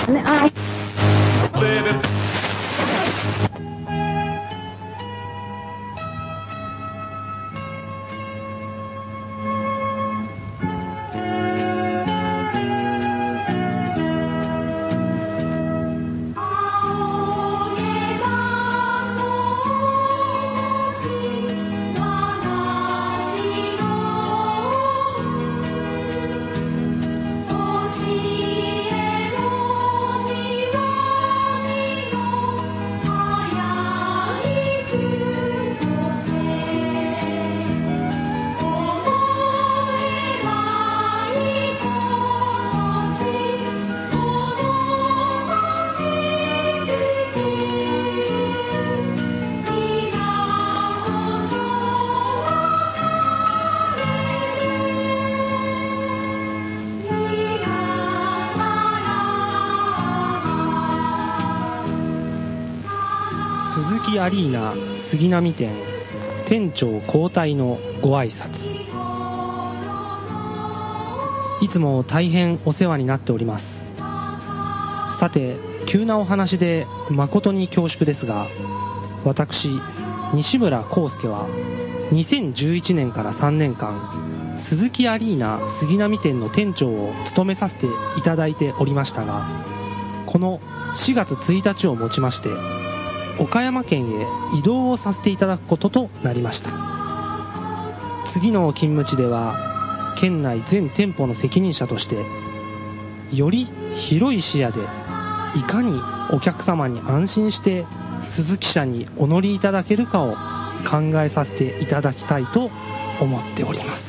ね、あ鈴木アリーナ杉並店店長交代のご挨拶。いつも大変お世話になっております。さて、急なお話で誠に恐縮ですが、私西村康介は2011年から3年間鈴木アリーナ杉並店の店長を務めさせていただいておりましたが、この4月1日をもちまして岡山県へ移動をさせていただくこととなりました。次の勤務地では県内全店舗の責任者としてより広い視野でいかにお客様に安心して鈴木社にお乗りいただけるかを考えさせていただきたいと思っております。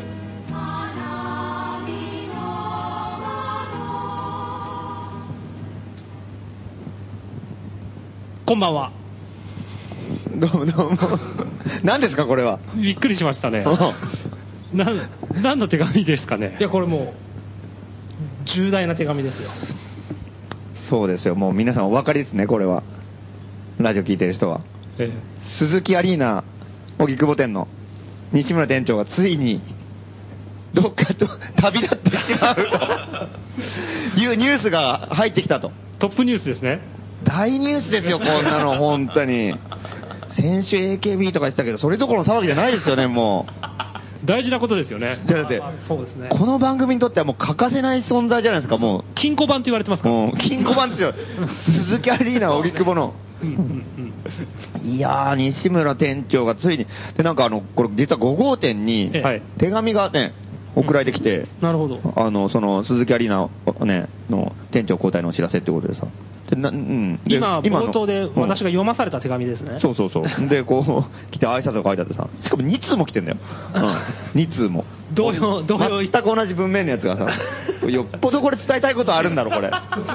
こんばんは。 どうもどうも。何ですかこれは。 びっくりしましたね。何の手紙ですかね。いやこれもう重大な手紙ですよ。 そうですよ。もう皆さんお分かりですね、これは。ラジオ聞いてる人は。鈴木アリーナ荻窪店の西村店長がついにどっかと旅立ってしまうというニュースが入ってきたと。 トップニュースですね。 大ニュースですよ、こんなの、本当に。先週 AKB とか言ってたけど、それどころの騒ぎじゃないですよね、もう。大事なことですよね。 だって、そうですね、この番組にとってはもう欠かせない存在じゃないですか、もう。 金庫版と言われてますから。 金庫版ですよ。鈴木アリーナ荻窪の。いやー、西村店長がついに、で、なんかこれ実は5号店に手紙がね、送られてきて、 なるほど。 その鈴木アリーナ、ね、の店長交代のお知らせってことでさ。 今、冒頭で私が読まされた手紙ですね。 そうそうそう。で、こう、来て挨拶が書いてあってさ、しかも2通も来てんだよ。2通も。 同様、 全く同じ文面のやつがさ、よっぽどこれ伝えたいことあるんだろ、これ。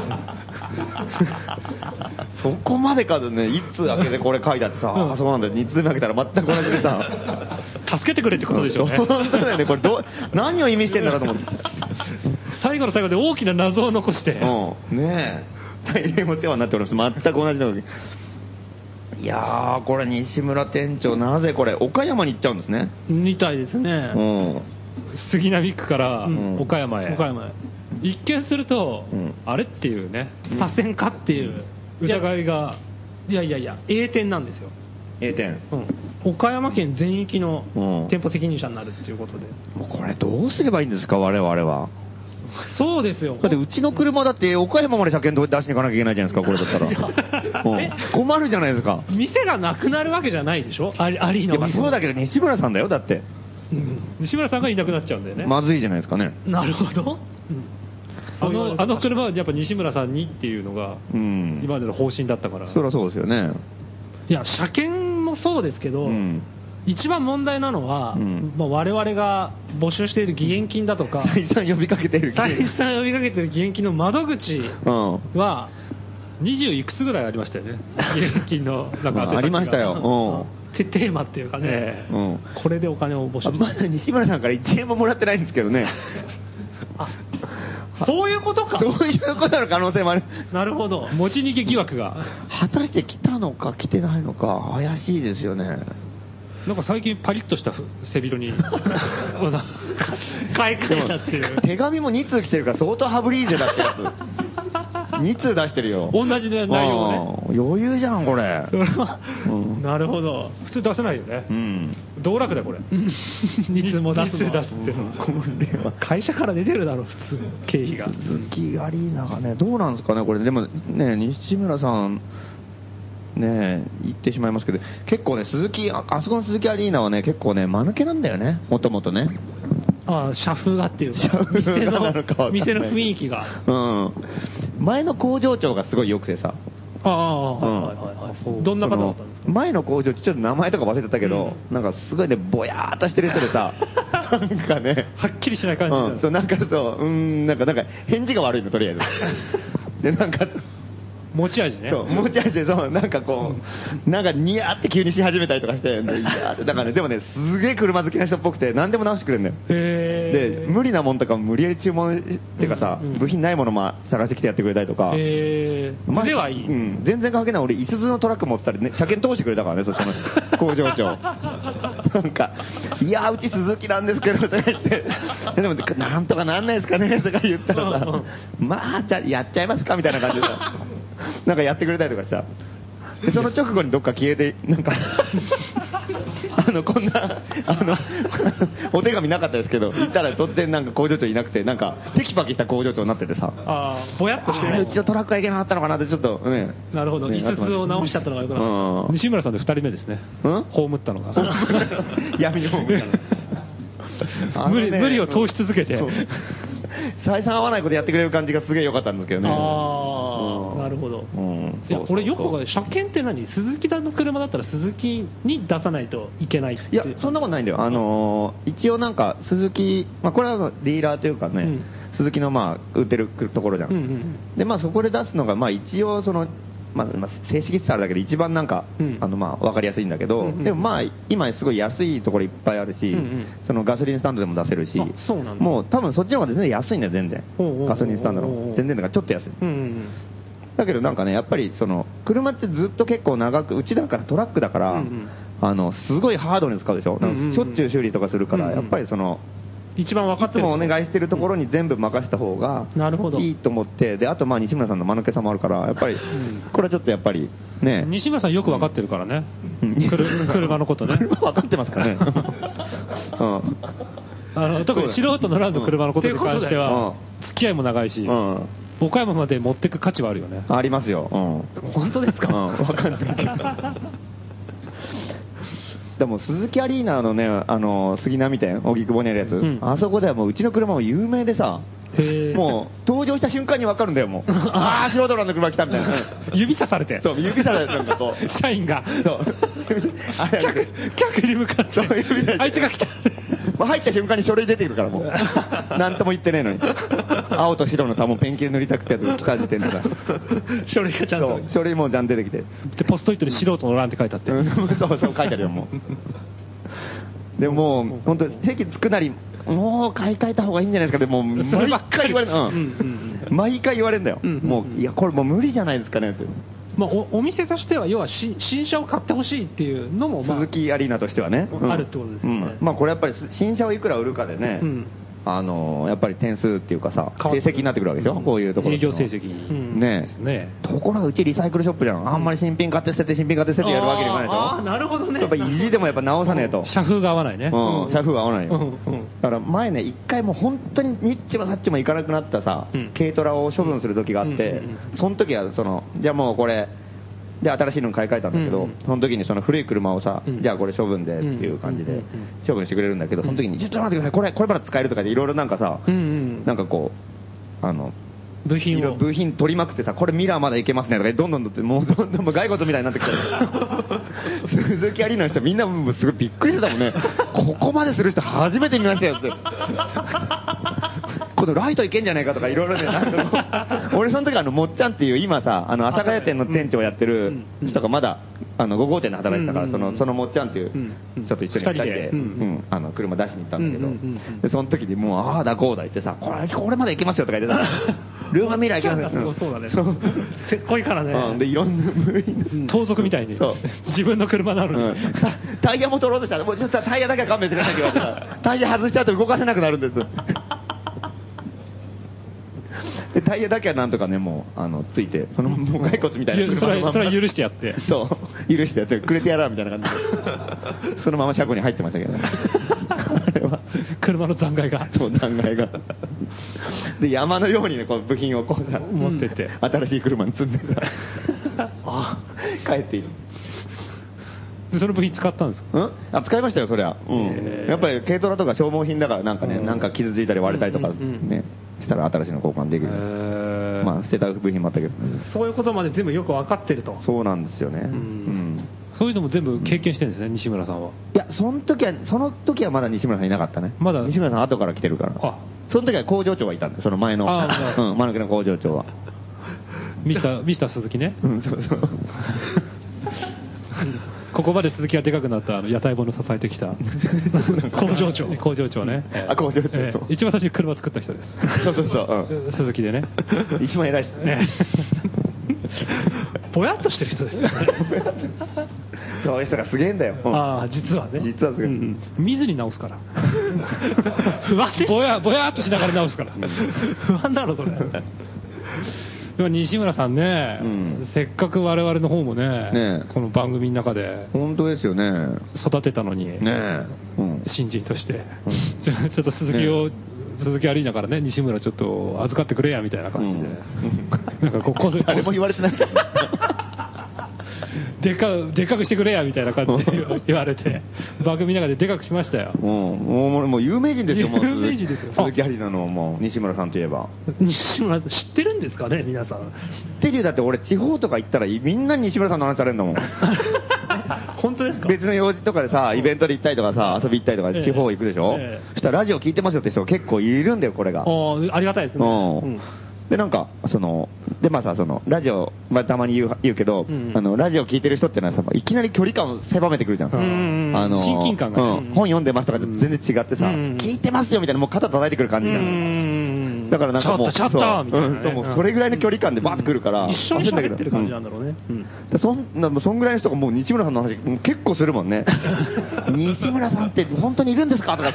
そこまでかでね、1通開けてこれ書いてあってさ、あ、そうなんだよ、2通目開けたら全く同じでさ、 助けてくれってことでしょうね。 本当だよね、これ何を意味してんだろうと思って。 最後の最後で大きな謎を残して。 ねえ。大変お世話になっております。全く同じのに。いやー、これ西村店長、なぜこれ、岡山に行っちゃうんですね。 みたいですね。杉並区から岡山へ。一見すると、あれっていうね、左遷かっていう疑いが、いや、A 店なんですよ。 A 店。 岡山県全域の店舗責任者になるっていうことで。 これどうすればいいんですか、我々は。 そうですよ。 だってうちの車だって岡山まで車検出しに行かなきゃいけないじゃないですか、これだったら。困るじゃないですか。 店がなくなるわけじゃないでしょ、アリーナは。 そうだけど西村さんだよ、だって。 西村さんがいなくなっちゃうんだよね。 まずいじゃないですかね。 なるほど。あの車はやっぱ西村さんにっていうのが今までの方針だったから。 そりゃそうですよね。 いや、車検もそうですけど、一番問題なのは、我々が募集している義援金だとか、 再三呼びかけている義援金の窓口は、20いくつぐらいありましたよね、義援金のなんかありましたよ。 テーマっていうかね、これでお金を募集して。 まだ西村さんから1円ももらってないんですけどね。 そういうことか。 そういうことの可能性もある。 なるほど。持ち逃げ疑惑が。 果たして来たのか来てないのか怪しいですよね。 なんか最近パリッとした背広に買い替えたっていう。 手紙も2通来てるから相当ハブリーゼだってやつ。 2通出してるよ。 同じ内容をね。 余裕じゃん、これ。 それは、なるほど。普通出せないよね。道楽だ、これ。2通も出すって。会社から出てるだろ、普通。経費が。 鈴木アリーナがね、どうなんですかね、これ。でもね、西村さん、ね言ってしまいますけど、結構ね、あそこの鈴木アリーナはね、結構ね、間抜けなんだよね、もともとね。 ああ、社風がっていうか、店の雰囲気が。 前の工場長がすごい良くてさ。 どんな方だったんですか？ 前の工場長、ちょっと名前とか忘れてたけど、なんかすごいね、ぼやーっとしてる人でさ、なんかね、 はっきりしない感じそう、なんかそう、なんか返事が悪いの、とりあえず。で、なんか、 持ち味ね。 そう、持ち味で、そう、なんかこう、なんかニヤーって急にし始めたりとかして、だからね、でもね、すげえ車好きな人っぽくて、何でも直してくれるんだよ。で、無理なもんとかも無理やり注文っていうかさ、部品ないものも探してきてやってくれたりとか。 腕はいい。 全然関係ない。俺、いすゞのトラック持ってたりね、車検通してくれたからね、そしたら、工場長。なんか、いやー、うち鈴木なんですけど、とか言って、でも、なんとかなんないですかね、とか言ったらさ、まあ、じゃあやっちゃいますか、みたいな感じでさ。なんかやってくれたりとかさ、でその直後にどっか消えて、なんかこんなお手紙なかったですけど、行ったら突然なんか工場長いなくて、なんかテキパキした工場長になっててさ、 ぼやっとしてね、 うちのトラックがいけなかったのかなってちょっとね。 なるほど、いすゞを直しちゃったのがよくなかった。西村さんで2人目ですね。葬ったのが。 闇に葬ったの。 無理を通し続けて。 採算合わないことやってくれる感じがすげえ良かったんですけどね。 なるほど。いや、俺よくわかんない。車検って何？鈴木の車だったら鈴木に出さないといけないって。 いや、そんなことないんだよ。一応なんか鈴木、これはディーラーというかね、鈴木の売ってるところじゃん。で、そこで出すのが、一応その、正式って言ったらだけど一番なんか、わかりやすいんだけど、でも今すごい安いところいっぱいあるし、そのガソリンスタンドでも出せるし、もう多分そっちの方が全然安いんだよ、全然。ガソリンスタンドの。全然だからちょっと安い。だけどなんかね、やっぱりその、車ってずっと結構長く、うちだからトラックだから、すごいハードに使うでしょ。しょっちゅう修理とかするから、やっぱりその、 一番分かってる。 いつもお願いしてるところに全部任せた方がいいと思って、で、あと西村さんの間抜けさもあるから、やっぱり、これはちょっとやっぱり、ね。 西村さんよく分かってるからね。車のことね。 車分かってますかね。 特に素人のランド車のことに関しては、付き合いも長いし、岡山まで持ってく価値はあるよね。 ありますよ。 本当ですか？ 分かんないけど。でも鈴木アリーナのね、杉並店、荻窪にあるやつ、あそこではもううちの車も有名でさ、もう登場した瞬間に分かるんだよ、もう。ああ、素人の車来たみたいな。 指さされて。 そう、指さされてなんかこう。 社員が。 そう。 客に向かって。あいつが来た。 入った瞬間に書類出てくるからもう。なんとも言ってねえのに。青と白のさ、もうペンキで塗りたくてやつが来た時点でさ。 書類がちゃんと。 書類もちゃんと出てきて。 で、ポストイットに素人の欄って書いてあって。 そう書いてあるよ、もう。でももう、本当席つくなり、もう買い替えた方がいいんじゃないですか、でも毎回言われる。毎回言われるんだよ。もう、いや、これもう無理じゃないですかねって。 お店としては、要は新車を買ってほしいっていうのも、 鈴木アリーナとしてはね。 あるってことですよね。 これやっぱり新車をいくら売るかでね、やっぱり点数っていうかさ、成績になってくるわけでしょ、こういうところ。 営業成績ね。ところがうちリサイクルショップじゃん。あんまり新品買って捨てて新品買って捨ててやるわけにいかないでしょ。 ああ、なるほどね。 やっぱ意地でもやっぱ直さねえと。 社風が合わないね。 社風が合わないよ。だから前ね、一回もう本当にニッチもサッチもいかなくなったさ、軽トラを処分する時があって、その時はじゃあもうこれ、で、新しいのに買い替えたんだけど、その時にその古い車をさ、じゃあこれ処分でっていう感じで処分してくれるんだけど、その時に、ちょっと待ってください、これまだ使えるとかでいろいろなんかさ、なんかこう、部品取りまくってさ、これミラーまだいけますねとか、どんどんもうどんどん骸骨みたいになってきて鈴木アリーナの人みんなもうすごいびっくりしてたもんね。ここまでする人初めて見ましたよって。このライトいけんじゃないかとかいろいろね、俺その時もっちゃんっていう今さ、阿佐ヶ谷店の店長やってる人がまだ5号店で働いてたから、そのもっちゃんっていう人と一緒に2人で車出しに行ったんだけど、でその時にもうああだこうだ言ってさ、これまでいけますよとか言ってさ、ルーマミラーいけますよ。 そうだね。せっこいからね。 でいろんな盗賊みたいに自分の車なのにタイヤも取ろうとしたら、もうちょっとタイヤだけは勘弁してくださいって言われてさ、タイヤ外しちゃうと動かせなくなるんです。 でタイヤだけはなんとかね、もうついて、そのもう骸骨みたいなそれは許してやって。 そう、許してやってくれてやらみたいな感じで、そのまま車庫に入ってましたけどね。あれは車の残骸が。 そう、残骸が。で、山のようにね、こう部品をこうさ、 持ってって、 新しい車に積んでさ、帰っている。 でその部品使ったんですか？ 使いましたよ、そりゃ。やっぱり軽トラとか消耗品だからなんかね、なんか傷ついたり割れたりとかね、したら新しいの交換できる。まあ捨てた部品もあったけど。 そういうことまで全部よく分かってると。 そうなんですよね。 そういうのも全部経験してるんですね、西村さんは。 いや、その時はまだ西村さんいなかったね。まだ西村さん後から来てるから。その時は工場長がいたんだよ、その前の。間抜けの工場長は。 ミスター鈴木ね。 そうそう。 ここまで鈴木がでかくなった屋台骨を支えてきた工場長ね。 工場長。 一番最初に車を作った人です。 そう。 鈴木でね。 一番偉いしね。 ぼやっとしてる人ですね。 そういう人がすげえんだよ。 実はね。 実はすげえ。 見ずに直すから。不安でぼやっとしながら直すから。不安だろ、それ。でも西村さんね、せっかく我々の方もね、この番組の中で本当ですよね、 育てたのに、新人としてちょっと鈴木アリーナからね、西村ちょっと預かってくれやみたいな感じで、なんか誰も言われてないでかくしてくれやみたいな感じで言われて、番組の中ででかくしましたよ。 もう有名人ですよ、 有名人ですよ。 鈴木アリーナのもう西村さんといえば。 西村さん知ってるんですかね、皆さん。知ってるよ。だって俺地方とか行ったらみんなに西村さんの話されるんだもん。 本当ですか？ 別の用事とかでさ、イベントで行ったりとかさ、遊び行ったりとか地方行くでしょ。そしたらラジオ聞いてますよって人が結構いるんだよ、これが。 ありがたいですね。 で、なんか、で、まあさ、ラジオ、まあたまに言うけど、ラジオ聞いてる人ってのはさ、いきなり距離感を狭めてくるじゃん。 親近感が。 本読んでますとか全然違ってさ、聞いてますよみたいな、もう肩叩いてくる感じじゃん。だからなんかもう、 ちょっとみたいな。 そう、もうそれぐらいの距離感でバーッとくるから。 一緒に喋ってる感じなんだろうね。 そんぐらいの人がもう西村さんの話結構するもんね。西村さんって本当にいるんですかとか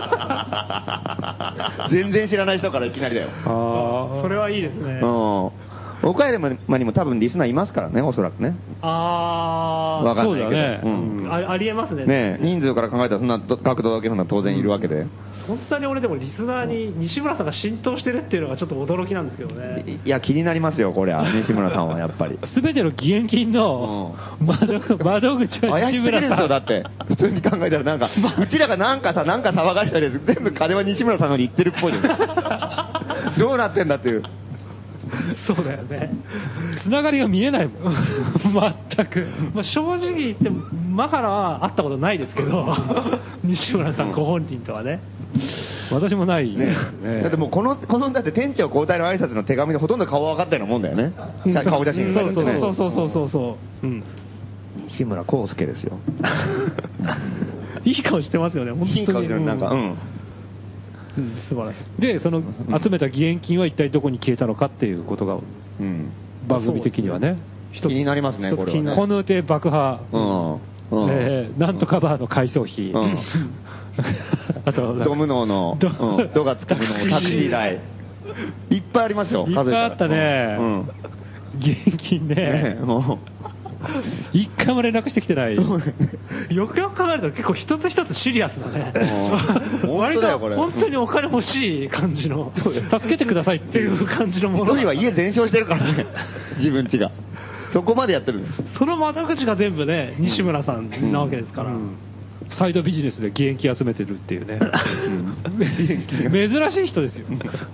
さ、全然知らない人からいきなりだよ。 それはいいですね。 岡山にも多分リスナーいますからね、おそらくね。わかんないけど。 ありえますね。 ね、人数から考えたらそんな角度だけそんな当然いるわけで。 本当に俺でもリスナーに西村さんが浸透してるっていうのがちょっと驚きなんですけどね。 いや、気になりますよ、これは。西村さんはやっぱり。 すべての義援金の窓口は西村さん。 怪しすぎるんですよ、だって。普通に考えたらなんか、うちらがなんか騒がしたり全部金は西村さんのに行ってるっぽいです。どうなってんだっていう。 そうだよね。つながりが見えないもん。全く。正直言ってマハラは会ったことないですけど、西村さんご本人とはね。私もないね。 だってもうこのだって店長交代の挨拶の手紙でほとんど顔分かったようなもんだよね。顔写真がね。 そう。 西村康介ですよ。 いい顔してますよね。本当に。いい顔してる、なんか。素晴らしい。で、その集めた義援金は一体どこに消えたのかっていうことが、番組的にはね、 気になりますね、これはね。 コヌーテ爆破、なんとかバーの改装費、あとドムノーのドがつくのタクシー代、いっぱいありますよ。 いっぱいあったね。義援金ね。一回も連絡してきてない。よくよく考えると結構一つ一つシリアスだね。割と本当にお金欲しい感じの、助けてくださいっていう感じのもの。 一人は家全焼してるからね、自分家が。そこまでやってる。 その窓口が全部ね、西村さんなわけですから。サイドビジネスで義援金集めてるっていうね。珍しい人ですよ。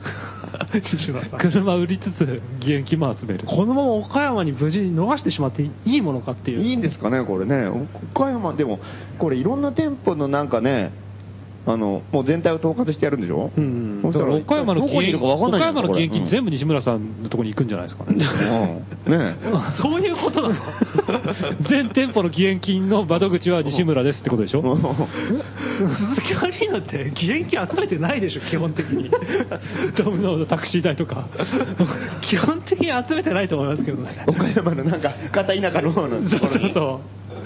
車売りつつ義援金も集める。このまま岡山に無事に逃してしまっていいものかっていう。 いいんですかね、これね。岡山でもこれいろんな店舗のなんかね、もう全体を統括してやるんでしょ。 だから岡山の義援金全部西村さんのところに行くんじゃないですかね。そういうことなの。全店舗の義援金の窓口は西村ですってことでしょ。鈴木アリーナって義援金集めてないでしょ、基本的に。ドムノーのタクシー代とか。基本的に集めてないと思いますけどね。 岡山のなんか片田舎の方のところに。 そう。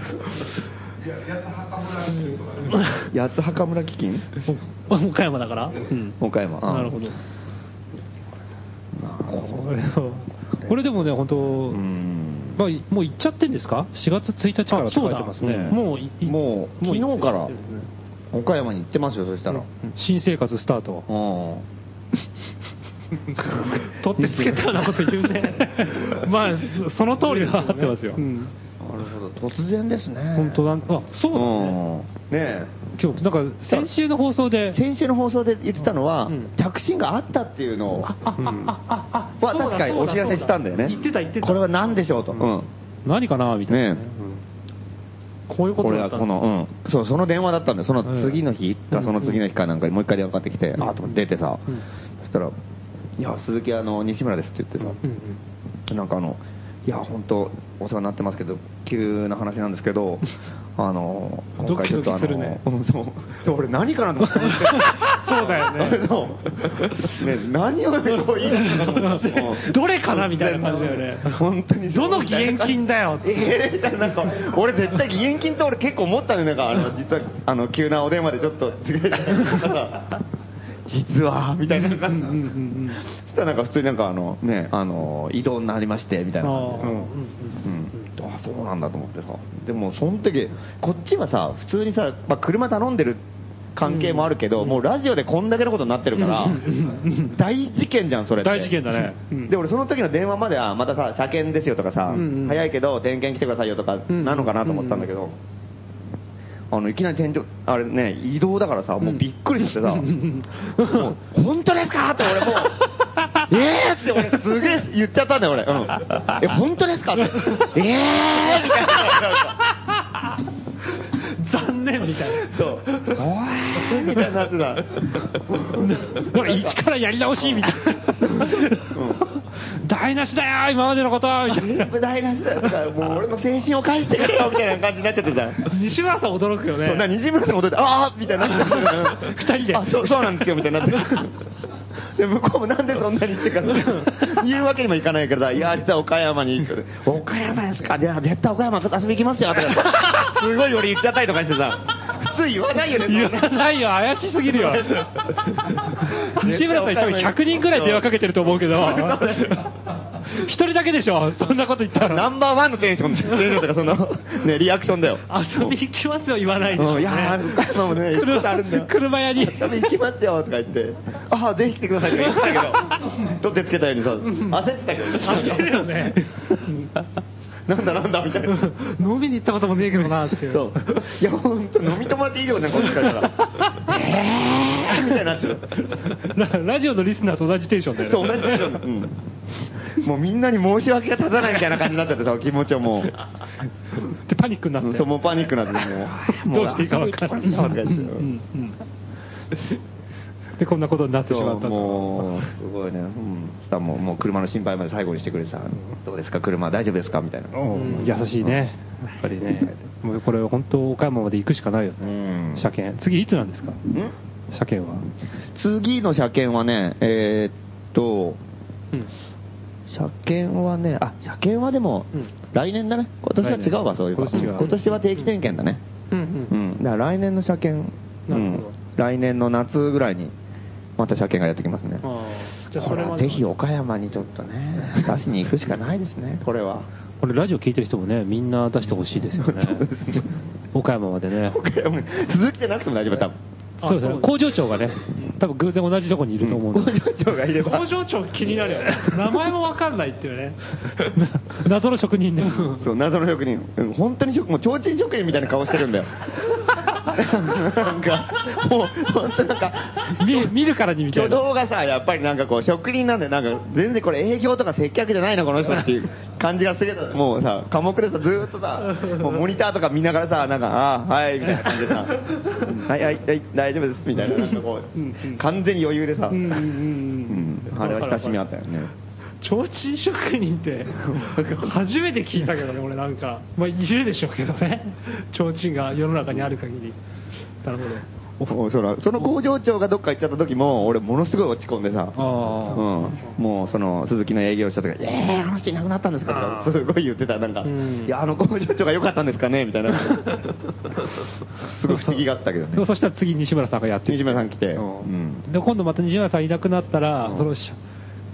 八つ墓村基金？ 岡山だから？ 岡山。 なるほど。 これでもね、本当、まあ、もう行っちゃってんですか ?4 月1日からって書いてますね。 もう昨日から岡山に行ってますよ、そしたら。 新生活スタート。取ってつけたようなこと言うね。まあ、その通りは合ってますよ。なるほど、突然ですね。 本当なんか、そうだね。ね今日、なんか先週の放送で言ってたのは、着信があったっていうのを、確かにお知らせしたんだよね。 言ってた。 これは何でしょうと。 何かなみたいな。こういうことだったんだ。 その電話だったんだよ。その次の日か、その次の日かなんかにもう一回電話かかってきて、出てさ、そしたら、いや、鈴木西村ですって言ってさ、なんかいや、本当お世話になってますけど、急な話なんですけど、今回ちょっと俺何かなと思って。 そうだよね。 何をこう言い出すのどれかなみたいな感じだよね。 本当に。 どの義援金だよ。 みたいな、なんか、俺絶対義援金って俺結構思ったのよ。なんか、実は、急なお電話でちょっと、実は、みたいな感じ。そしたらなんか普通になんか移動になりまして、みたいな感じで。あ、そうなんだと思ってさ。でも、その時、こっちはさ、普通にさ、車頼んでる関係もあるけど、もうラジオでこんだけのことになってるから、大事件じゃん、それって。 大事件だね。 で、俺その時の電話までは、またさ、車検ですよとかさ、早いけど、点検来てくださいよとか、なのかなと思ったんだけど、いきなり天井、あれね、移動だからさ、もうびっくりしてさ、もう本当ですかって俺もう、って俺すげえ言っちゃったんだよ俺。本当ですかって。みたいな。 残念みたいな。 そう。みたいになってた。なんか一からやり直しみたいな。台無しだよ今までのことみたいな。 台無しだよ。だからもう俺の精神を返してくれよみたいな感じになっちゃってじゃん。 西村さん驚くよね。 西村さん驚いて、みたいになって二人で。 そうなんですよみたいになって。で向こうもなんでそんなに言ってから言うわけにもいかないからさ、いや実は岡山に岡山ですか、じゃあ絶対岡山遊び行きますよとかすごい俺言っちゃったりとかしてさ、普通言わないよね。 言わないよ、怪しすぎるよ。西村さんに多分100人ぐらい電話かけてると思うけど、一人だけでしょ、そんなこと言ったら。 ナンバーワンのテンションとかそのねリアクションだよ。 遊び行きますよ言わないで。 いや岡山もね車屋に遊び行きますよとか言って、ぜひ来てくださいとか言ってたけど、取ってつけたようにさ焦ってたけど。 焦るよね。 なんだみたいな。 飲みに行ったこともねえけどなって。 そう。いや本当飲み友達以上ねこっちからしたら。みたいになってる。 ラジオのリスナーと同じテンションだよね。 そう同じテンション。もうみんなに申し訳が立たないみたいな感じになっちゃってさ、気持ちはもう。 でパニックになって。 そうもうパニックになってもうどうしていいか分からない。でこんなことになってしまった。 もうすごいね。したらもう車の心配まで最後にしてくれてさ、どうですか車大丈夫ですかみたいな。 優しいね。やっぱりね。もうこれ本当岡山まで行くしかないよね。車検。次いつなんですか？車検は。 次の車検はね、車検はね、車検はでも来年だね。今年は違うわそういうこと。今年は定期点検だね。だから来年の車検、来年の夏ぐらいにまた車検がやってきますね。じゃあそれはぜひ岡山にちょっとね出しに行くしかないですね。これは。 これラジオ聞いてる人もねみんな出してほしいですよね。岡山までね。 鈴木じゃなくても大丈夫多分。 そうですね。工場長がね、多分偶然同じとこにいると思う。 工場長がいれば。 工場長気になるよね。名前もわかんないっていうね。謎の職人ね。 そう、謎の職人。本当にもう提灯職人みたいな顔してるんだよ。なんか、もう、本当なんか、 見るからにみたいな。 挙動がさ、やっぱりなんかこう、職人なんで、なんか、全然これ営業とか接客じゃないな、この人っていう感じがするけど、もうさ、科目でさ、ずーっとさ、もうモニターとか見ながらさ、なんか、はい、みたいな感じでさ、はい、大丈夫です、みたいな、なんかこう、完全に余裕でさ、あれは親しみあったよね。 提灯職人って初めて聞いたけどね、俺なんか、まあいるでしょうけどね、提灯が世の中にある限り。なるほど。 その工場長がどっか行っちゃった時も俺ものすごい落ち込んでさ、もうその鈴木の営業した時あの人いなくなったんですかとかすごい言ってた。なんか、いや工場長が良かったんですかねみたいなすごい不思議があったけどね。 そしたら次西村さんがやって西村さん来て、 で今度また西村さんいなくなったら、その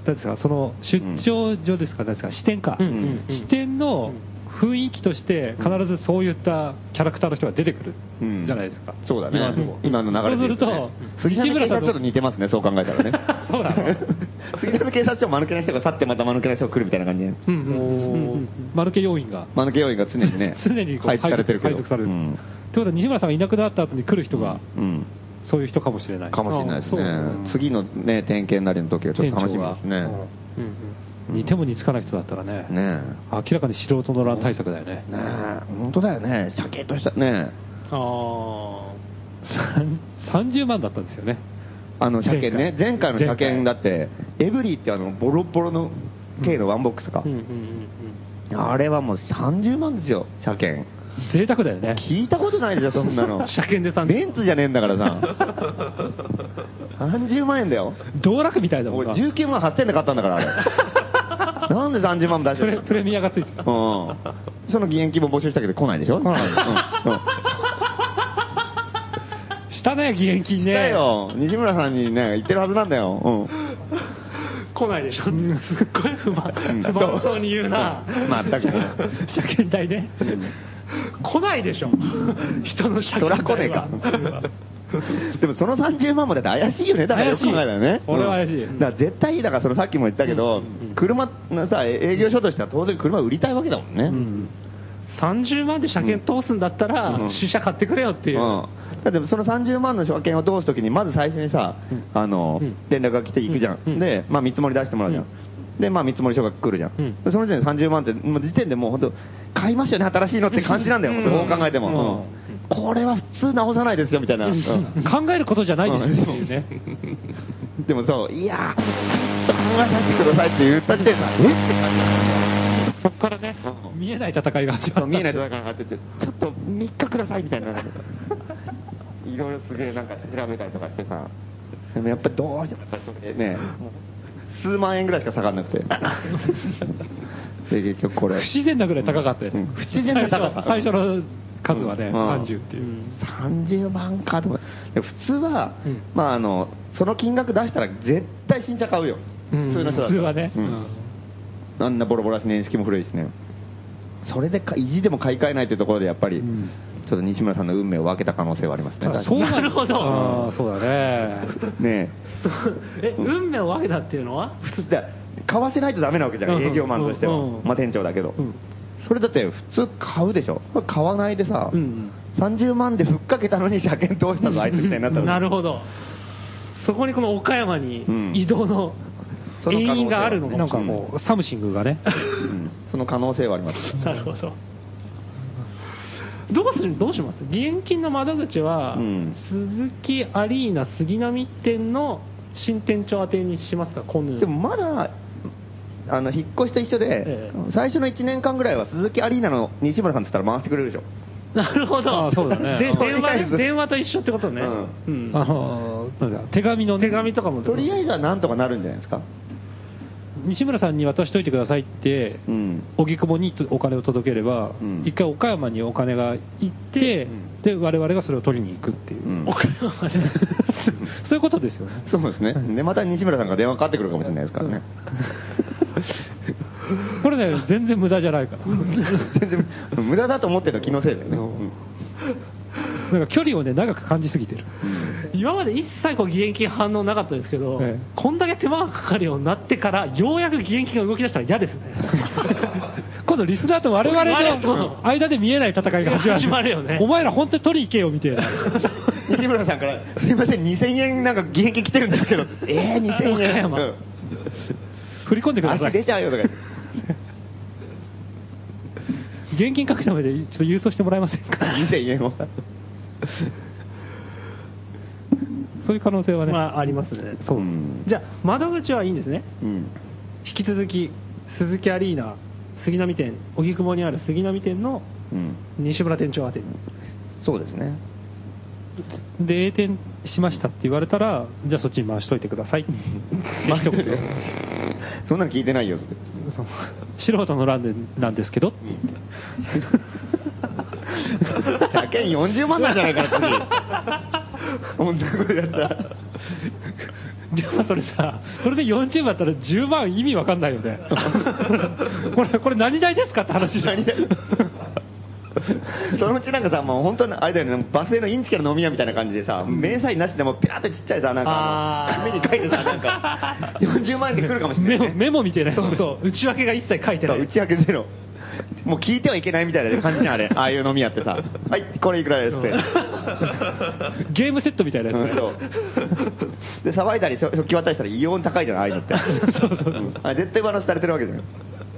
ですか、その出張所ですか、支店か、支店の雰囲気として必ずそういったキャラクターの人が出てくるじゃないですか。 そうだね。今の流れで。 そうすると、 杉並警察署と似てますね、そう考えたらね。 そうなの。 杉並警察署間抜けな人が去ってまた間抜けな人が来るみたいな感じで。 間抜け要員が。 間抜け要員が常にね、 常に配属されてるけど。 配属される。ってことは西村さんがいなくなった後に来る人が、そういう人かもしれない。 かもしれないですね。次のね、点検なりの時はちょっと楽しみですね。 似ても似つかない人だったらね、明らかに素人の乱対策だよね。 本当だよね、シャキッとしたね。 30万だったんですよね。 車検ね、前回の車検だって、エブリーってボロボロの軽のワンボックスか。あれはもう30万ですよ、車検。 贅沢だよね。 聞いたことないでしょ、そんなの。 車検で30万。 ベンツじゃねえんだからさ。30万円だよ。 道楽みたいだもんな。 19万8000円で買ったんだから、あれ。なんで30万も出してるプレミアがついてる。 その義援金も募集したけど来ないでしょ。 したね、義援金ね。 したよ。西村さんにね、言ってるはずなんだよ。 来ないでしょ。すっごい不満そうに言うな。 まったく。 車検代ね。来ないでしょ。人の車検代は。 そら来ねえか。でもその30万もだって怪しいよね。だからよく考えたよね。 俺は怪しい。 だから絶対だからそのさっきも言ったけど、車のさ、営業所としては当然車売りたいわけだもんね。 30万で車検通すんだったら、新車買ってくれよっていう。 だってその30万の車検を通すときに、まず最初にさ、連絡が来ていくじゃん。で、まあ見積もり出してもらうじゃん。で、まあ見積もり書が来るじゃん。その時点で30万って、もう時点でもう本当、買いますよね、新しいのって感じなんだよ。どう考えても。これは普通直さないですよみたいな。 考えることじゃないですよね。 でもそう、いやー、考えさせてくださいって言った時点で、えって感じなんそっからね、見えない戦いが始まる。 見えない戦いがあってて、ちょっと3日くださいみたいな。いろいろすげえなんか調べたりとかしてさ、でもやっぱりどうしてもね、数万円ぐらいしか下がんなくて。で結局これ。 不自然なぐらい高かったよ。 不自然な高さ。 最初の数はね、30っていう。 30万かとか。普通は、まあその金額出したら絶対新車買うよ。普通の人だったら。 普通はね。 あんなボロボロだし年式も古いしね。それで意地でも買い替えないというところでやっぱり、ちょっと西村さんの運命を分けた可能性はありますね。 そうなるほど。そうだね。 ねえ。運命を分けたっていうのは普通だ。買わせないとダメなわけじゃん、営業マンとしては。まあ店長だけど。それだって普通買うでしょ。買わないでさ、30万でふっかけたのに車検通したぞ、あいつみたいになったら。 なるほど。そこにこの岡山に移動の原因があるのかもしれない。なんかもうサムシングがね。 その可能性はあります。 なるほど。どうします？義援金の窓口は、鈴木アリーナ杉並店の新店長宛てにしますか？ でもまだ引っ越しと一緒で、最初の1年間ぐらいは鈴木アリーナの西村さんって言ったら回してくれるでしょ。 なるほど。そうだね。電話と一緒ってことね。手紙とかも。 とりあえずはなんとかなるんじゃないですか。 西村さんに渡しといてくださいって、荻窪にお金を届ければ、一回岡山にお金が行って、で我々がそれを取りに行くっていう。岡山でそういうことですよね。 そうですね。でまた西村さんが電話かかってくるかもしれないですからね。 これね、全然無駄じゃないから。 全然無駄だと思ってるの気のせいだよね。 なんか距離をね、長く感じすぎてる。今まで一切義援金反応なかったですけど、こんだけ手間がかかるようになってから、ようやく義援金が動き出したら嫌ですね。今度リスナーと我々の間で見えない戦いが始まるよね。お前ら本当に取り行けよみたいな。 西村さんからすいません2000円なんか義援金来てるんですけど、2000円。 振り込んでください。 足出ちゃうよとか。 現金書くためでちょっと郵送してもらえませんか。 2000円を。 そういう可能性はね。 まあありますね。 そう。じゃあ窓口はいいんですね。引き続き鈴木アリーナ杉並店、荻窪にある杉並店の西村店長宛てに。 そうですね。 で栄転しましたって言われたら、じゃあそっちに回しといてください。回しておくよ。 そんなの聞いてないよって。 素人の欄なんですけど。 車検40万なんじゃないかな、次。こんなことやったら。 でもそれさ、それで40万だったら10万意味わかんないよね。これ何代ですかって話じゃん。 そのうちなんかさ、もう本当にあれだよね、バス停のインチキの飲み屋みたいな感じでさ、明細なしでもピラッとちっちゃいさ、なんか紙に書いてさ、なんか40万円で来るかもしれない、ね、 メモみたいな。そう内訳が一切書いてない。 内訳ゼロ。もう聞いてはいけないみたいな感じじゃん、あれ。ああいう飲み屋ってさ、はい、これいくらですって。 ゲームセットみたいなやつね。そうで、騒いだり、食器渡したら異様に高いじゃん、ああいうのって。そうあ絶対話されてるわけじゃん。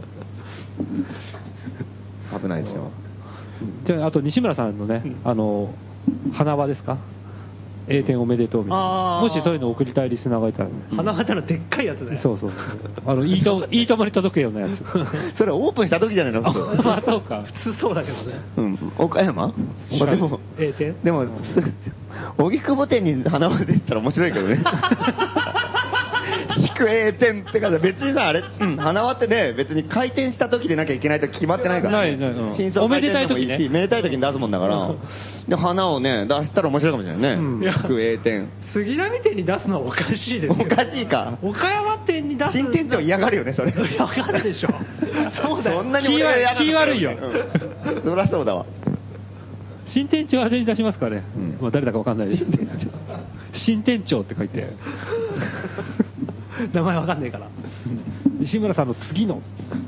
危ないですよ。 じゃあ、あと西村さんのね、花輪ですか、栄転おめでとうみたいな、もしそういうのを送りたいリスナーがいたらね。 花輪ってのはでっかいやつだよ。 そういいともに届くようなやつ。 それオープンした時じゃないの。 まあそうか、 普通そうだけどね。 岡山でも荻窪店に花輪出てたら面白いけどね。祝栄転ってか別にさ、あれ、花輪ってね、別に開店した時でなきゃいけないと決まってないから、ね、新装開店でもいいし、めでたい時に出すもんだから、で花をね出したら面白いかもしれないね。祝栄転。 杉並店に出すのはおかしいですよ。 おかしいか。 岡山店に出す。 新店長嫌がるよね、それ。 嫌がるでしょ。そうだよ。 そんなに俺が嫌がる。 気悪いよ。 そりゃそうだわ。 新店長宛てに出しますかね。まあ誰だかわかんないです。新店長って書いて。 名前わかんないから。 西村さんの次の。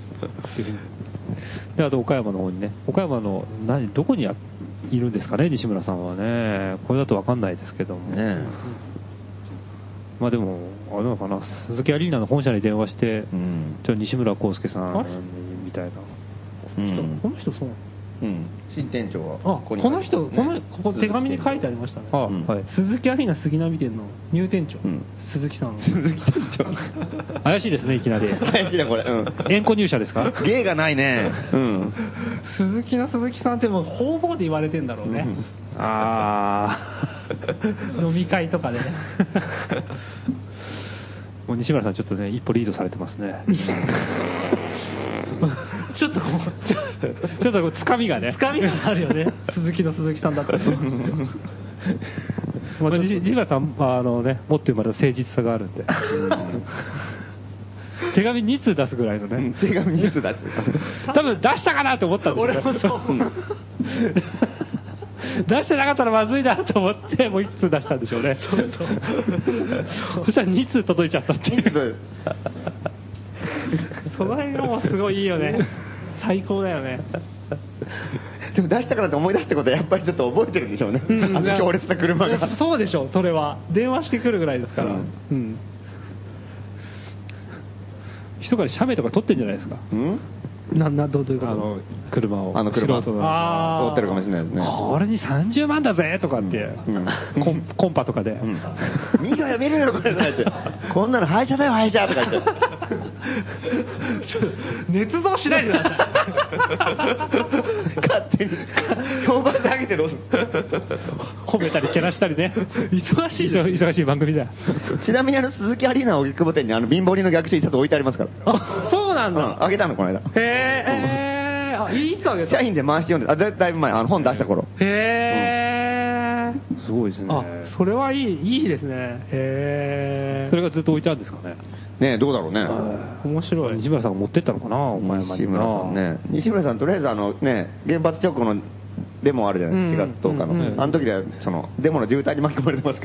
で、あと岡山の方にね、岡山のどこにいるんですかね、西村さんはね。これだとわかんないですけども。ね、まあでも、あれなのかな、鈴木アリーナの本社に電話して、西村康介さんみたいな。 この人そうなの？ 新店長はこの人、ここ手紙に書いてありましたね。鈴木アリーナ杉並店の入店長、鈴木さん。 鈴木店長。 怪しいですね、いきなり。 怪しいな、これ。 縁故入社ですか？ 芸がないね。 鈴木さんってもう方々で言われてんだろうね。飲み会とかでね。 もう西村さんちょっとね、一歩リードされてますね。 ちょっとつかみがね。 つかみがあるよね。鈴木さんだったら。 西村さんは持って生まれた誠実さがあるんで。手紙2通出すぐらいのね。 手紙2通出す。 多分出したかなと思ったんですよ。俺もそう。出してなかったらまずいなと思ってもう1通出したんでしょうね。そしたら2通届いちゃったっていう。 その辺がもうすごいいいよね。最高だよね。 でも出したからって思い出すってことはやっぱりちょっと覚えてるんでしょうね。あの強烈な車が。 そうでしょう、それは。電話してくるぐらいですから。 人から写メとか撮ってんじゃないですか。 どういうこと？ 車を。 車。通ってるかもしれないですね。 これに30万だぜとかって、コンパとかで。 見ろよこれって。こんなの廃車だよ廃車とか言って。 捏造しないでください。 勝手に評判で上げてどうする。 褒めたりけなしたりね。忙しい番組だ。 ちなみに鈴木アリーナ荻窪店に貧乏人の逆襲一冊置いてありますから。 あ、そうなんだ。 あげたのこの間。 いつあげた？ 社員で回して読んで、だいぶ前、本出した頃。 すごいですね。 それはいいですね。 それがずっと置いてあるんですかね。 ねえ、どうだろうね。 面白い。 西村さんが持ってったのかな、岡山に。 西村さんね。西村さんとりあえず原発直後のデモあるじゃないですか、4月10日の。あの時でデモの渋滞に巻き込まれてますから。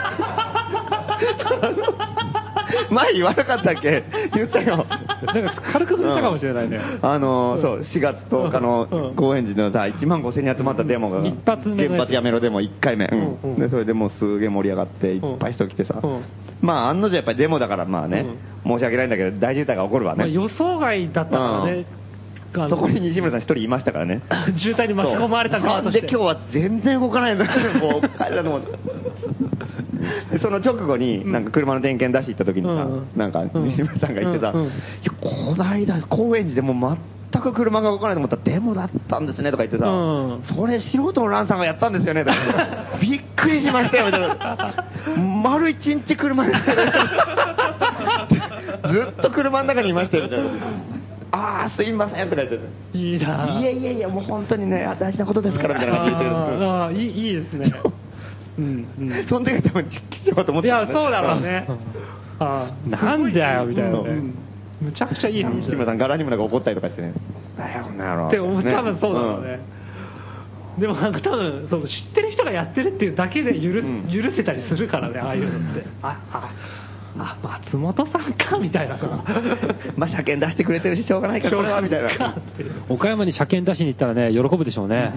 前言わなかったっけ？言ったよ。 なんか軽く触れたかもしれないね。 そう、4月10日の高円寺のさ、1万5000人集まったデモが、 一発目原発やめろデモ1回目。で、それでもうすげえ盛り上がって、いっぱい人来てさ。まあ、案の定やっぱりデモだから、まあね、申し訳ないんだけど、大渋滞が起こるわね。 予想外だったからね。 そこに西村さん一人いましたからね。 渋滞に巻き込まれた側として。 で、今日は全然動かないんだから、もう帰ったと思って。その直後に、なんか車の点検出し行った時にさ、なんか西村さんが言ってさ、いや、この間、高円寺でもう全く車が動かないと思ったらデモだったんですねとか言ってさ、それ素人のランさんがやったんですよねとかびっくりしましたよみたいな。丸一日車でずっと車の中にいましたよみたいな。ああ、すいませんとか言ってて。 いいな。 いや、もう本当にね、大事なことですからみたいな感じで言ってる。 いいですね。 その時は多分来ようと思ってた。 いや、そうだろうね。 なんだよ、みたいなね。 むちゃくちゃいい話。 西村さん、柄にもなんか怒ったりとかしてね。だよ、なるほど。 って思う、多分そうだろうね。でもなんか多分知ってる人がやってるっていうだけで許せたりするからね、ああいうのって。松本さんかみたいなさ。 まあ車検出してくれてるししょうがないからこれはみたいな。 岡山に車検出しに行ったらね、喜ぶでしょうね。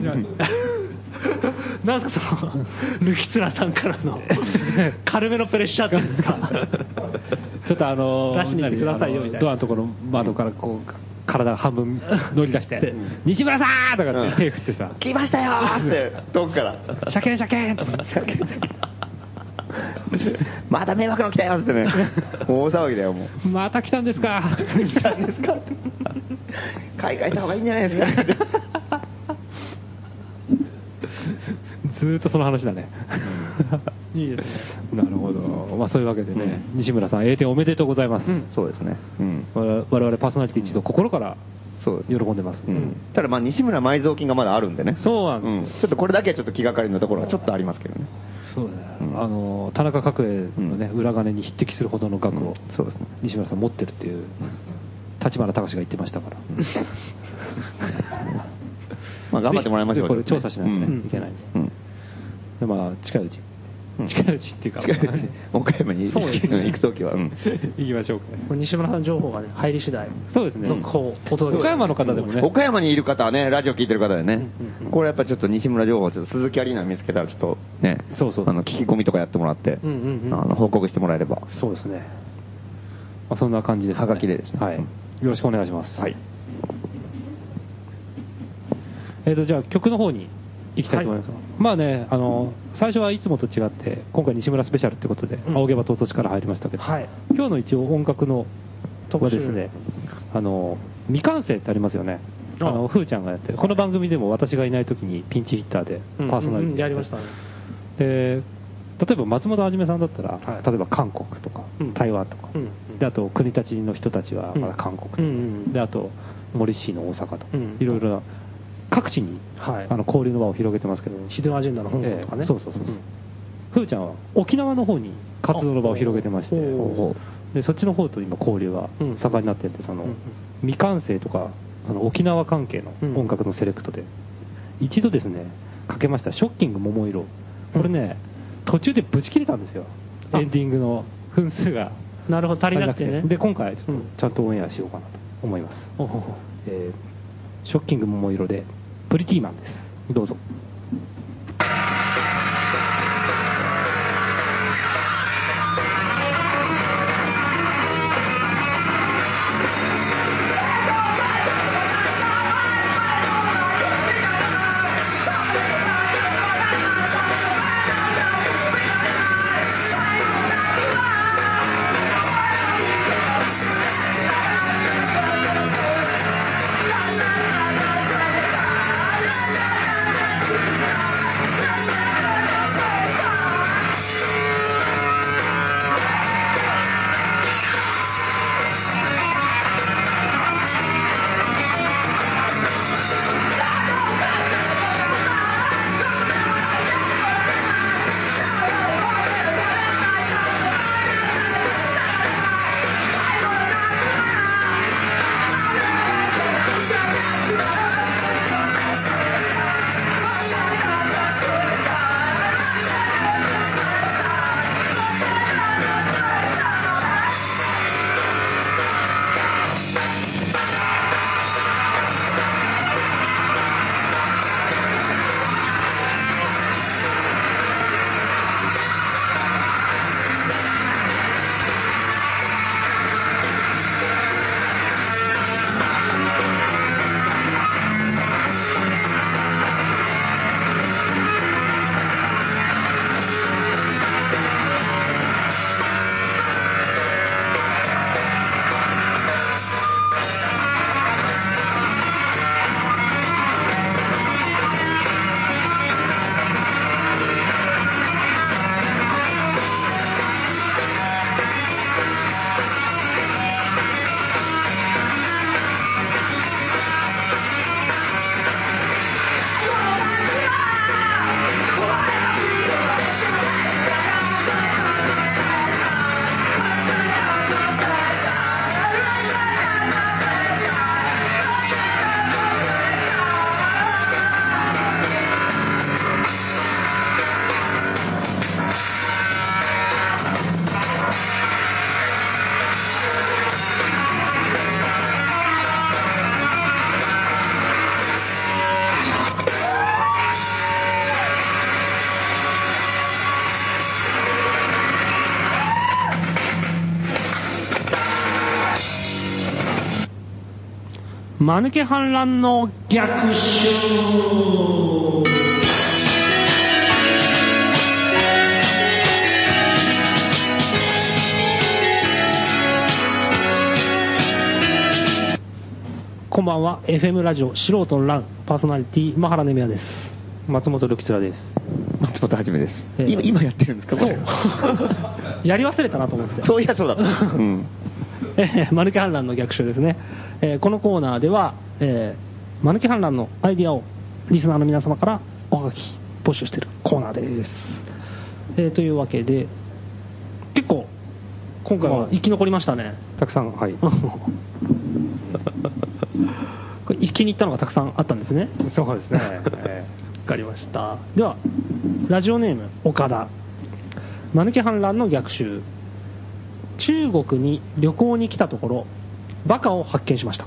なんかルキツナさんからの軽めのプレッシャーっていうんですか。ちょっと出しに行ってくださいよみたいな。 ドアのところの窓からこう体が半分乗り出して西村さんとかって手振ってさ、 来ましたよーって遠くから車検また迷惑の来たよってね、大騒ぎだよもう。 また来たんですか来たんですか買い替えた方がいいんじゃないですかずーっとその話だね。いいですね。なるほど。まあそういうわけでね、西村さん、栄転おめでとうございます。 そうですね。 我々パーソナリティ一同心から喜んでます。 ただまあ西村埋蔵金がまだあるんでね。 そうなんです。 ちょっとこれだけはちょっと気がかりなところがちょっとありますけどね。 そうね。田中角栄のね、裏金に匹敵するほどの額を西村さん持ってるっていう立花隆が言ってましたから。 まあ頑張ってもらいましょう。 これ調査しないとね、いけない。でまあ近いうちっていうか岡山に行くときは行きましょうかね。 西村さん情報がね入り次第、 そうですね。岡山の方でもね、 岡山にいる方はね、ラジオ聞いてる方でね、これやっぱちょっと西村情報、ちょっと鈴木アリーナ見つけたらちょっとね、聞き込みとかやってもらって報告してもらえれば。 そうですね。まあそんな感じです。 はがきでですね。 はい。よろしくお願いします。 はい。 じゃあ曲の方に行きたいと思います。まあね、最初はいつもと違って、今回西村スペシャルってことで、青毛羽とうとちから入りましたけど、今日の一応音楽のはですね、未完成ってありますよね。ふーちゃんがやってる。この番組でも私がいない時にピンチヒッターでパーソナリティやりましたね。 例えば松本はじめさんだったら、例えば韓国とか台湾とか、であと国立の人たちはまだ韓国とか、であと森氏の大阪とか、いろいろな各地に交流の場を広げてますけど、 ヒデンアジェンダの香港とかね。 そう。ふーちゃんは沖縄の方に活動の場を広げてまして、でそっちの方と今交流が盛んになってて、未完成とか沖縄関係の音楽のセレクトで、一度ですねかけましたショッキング桃色。これね途中でブチ切れたんですよ。エンディングの分数がなるほど足りなくてね。 で今回ちゃんとオンエアしようかなと思います。ショッキング桃色でプリティーマンです。どうぞ。 間抜け反乱の逆襲。こんばんは。 FM ラジオ素人の乱パーソナリティ馬原ねみやです。 松本るきつらです。 松本はじめです。今やってるんですかこれ。 やり忘れたなと思って。 そういやそうだ。うん。 間抜け反乱の逆襲ですね。このコーナーでは、間抜け反乱のアイディアをリスナーの皆様からおはがき募集しているコーナーです。というわけで結構今回は生き残りましたね。 たくさん、はい。 これ気に入ったのがたくさんあったんですね。 そうですね。 わかりました。ではラジオネーム岡田。間抜け反乱の逆襲。中国に旅行に来たところバカを発見しました。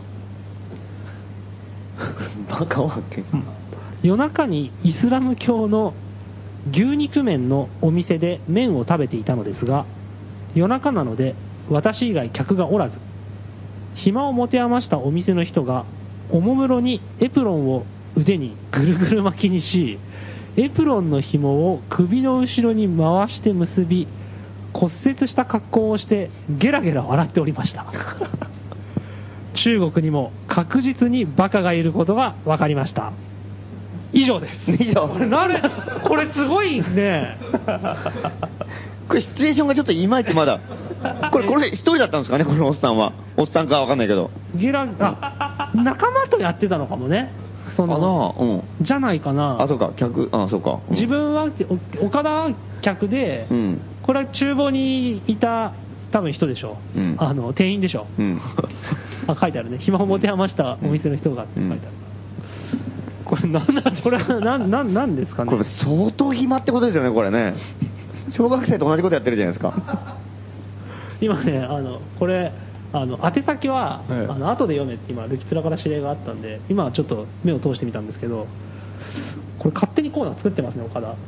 バカを発見、 夜中にイスラム教の牛肉麺のお店で麺を食べていたのですが、夜中なので私以外客がおらず、暇を持て余したお店の人がおもむろにエプロンを腕にぐるぐる巻きにし、エプロンの紐を首の後ろに回して結び、骨折した格好をしてゲラゲラ笑っておりました。中国にも確実にバカがいることが分かりました。以上です。 以上。 これすごいね。 これシチュエーションがちょっといまいちまだ。これ一人だったんですかね、このおっさんは。おっさんかわかんないけど。 仲間とやってたのかもね。 うん、 じゃないかな。 あ、そうか、そうか。 自分は岡田は客で、これは厨房にいた多分人でしょ。店員でしょ。書いてあるね。暇を持て余したお店の人がって書いてある。これなんですかね。 これ相当暇ってことですよね、これね。小学生と同じことやってるじゃないですか。 今ね、これ宛先は、後で読めって今ルキツラから指令があったんで、今はちょっと目を通してみたんですけど、これ勝手にコーナー作ってますね、岡田。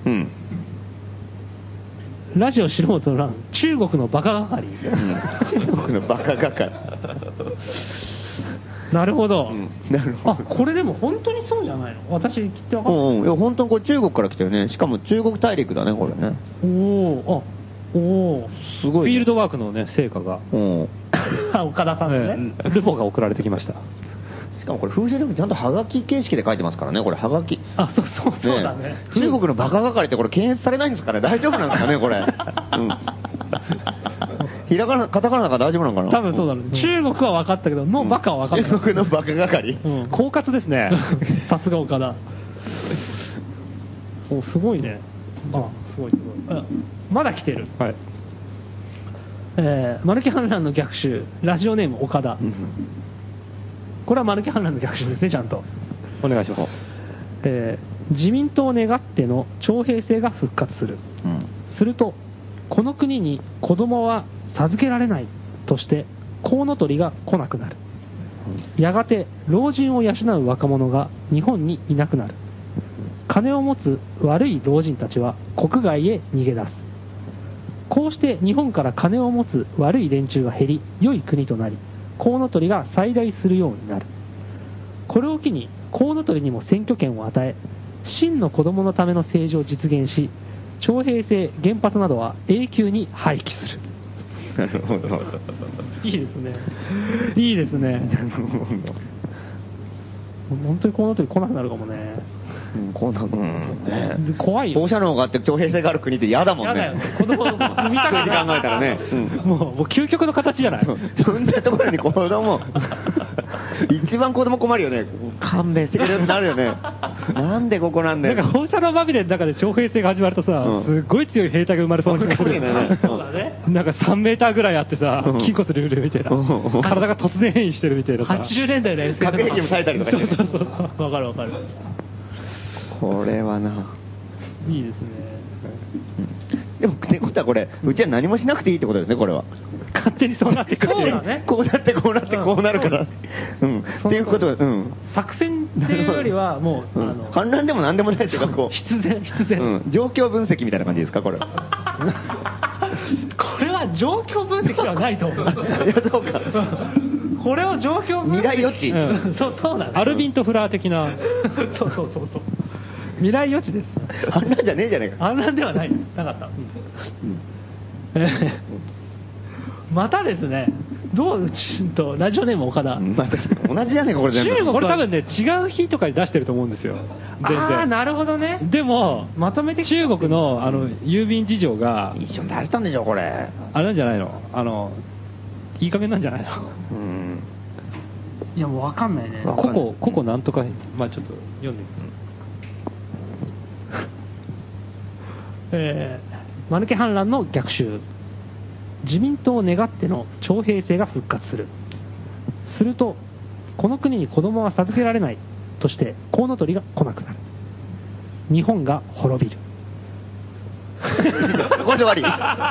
ラジオ素人の乱、中国のバカ係。 中国のバカ係。 なるほど。これでも本当にそうじゃないの？私聞いて分かんない。 いや本当にこれ中国から来たよね。しかも中国大陸だね、これね。 すごい、 フィールドワークのね成果が。 岡田さんのね、 ルポが送られてきました。 しかもこれ風習でもちゃんとハガキ形式で書いてますからね、これハガキ。 そうだね。 中国のバカ係ってこれ検閲されないんですかね、大丈夫なんですかね、これ。ひらがな、カタカナだから大丈夫なのかな。 多分そうだろう。中国は分かったけど、のバカは分かった。 中国のバカ係。 狡猾ですね。 さすが岡田。すごいね。すごい。まだ来てる。 はい。 間抜け反乱の逆襲、ラジオネーム岡田。これは間抜け反乱の逆襲ですね、ちゃんと。 お願いします。 自民党を願っての徴兵制が復活する。すると、この国に子供は授けられないとしてコウノトリが来なくなる。やがて老人を養う若者が日本にいなくなる。金を持つ悪い老人たちは国外へ逃げ出す。こうして日本から金を持つ悪い連中が減り、良い国となり、コウノトリが最大するようになる。これを機にコウノトリにも選挙権を与え、真の子供のための政治を実現し、徴兵制、原発などは永久に廃棄する。 なるほど。 いいですね。いいですね。本当にコウノトリ来なくなるかもね。怖いよ。 放射能があって徴兵制がある国って嫌だもんね。 嫌だよね。子供を産みたくない。 考えたらね。 もう究極の形じゃない。 そんなところに子供一番子供困るよね。勘弁してくれってなるよね。なんでここなんだよ。 なんか放射能まみれの中で徴兵制が始まるとさ、すっごい強い兵隊が生まれそうな気がするよね。なんか3メーターぐらいあってさ、筋骨ルールみたいな。体が突然変異してるみたいなさ。80年代の SF 核兵器も耐えたりとかして。 そう。わかる。 これはな。 いいですね。 でもってことはこれ、うちは何もしなくていいってことですね、これは。 勝手にそうなってくる。そうだね。 こうなってこうなってこうなるから。っていうことは、 作戦っていうよりはもう反乱でも何でもないですよ、こう。 必然。 状況分析みたいな感じですか、これ。 これは状況分析ではないと思う。 いや、そうか。 これを状況未来予知、 そうだね。 アルビンとフラー的な。 そう。未来予知です。 あんなんじゃねえじゃねえか。 あんなんではない。なかった。またですね、ラジオネーム岡田。 同じじゃねえか、これ全部。 これ多分ね、違う日とかに出してると思うんですよ。全然。 ああ、なるほどね。 でも、 まとめて中国の郵便事情が、 一緒に出したんでしょ、これ。 あれなんじゃないの？いい加減なんじゃないの？ いや、もうわかんないね。 ここなんとか、まあちょっと読んでみます。 マヌケ反乱の逆襲。自民党を願っての徴兵制が復活する。すると、この国に子供は授けられないとして、コウノトリが来なくなる。日本が滅びる。 これで終わり。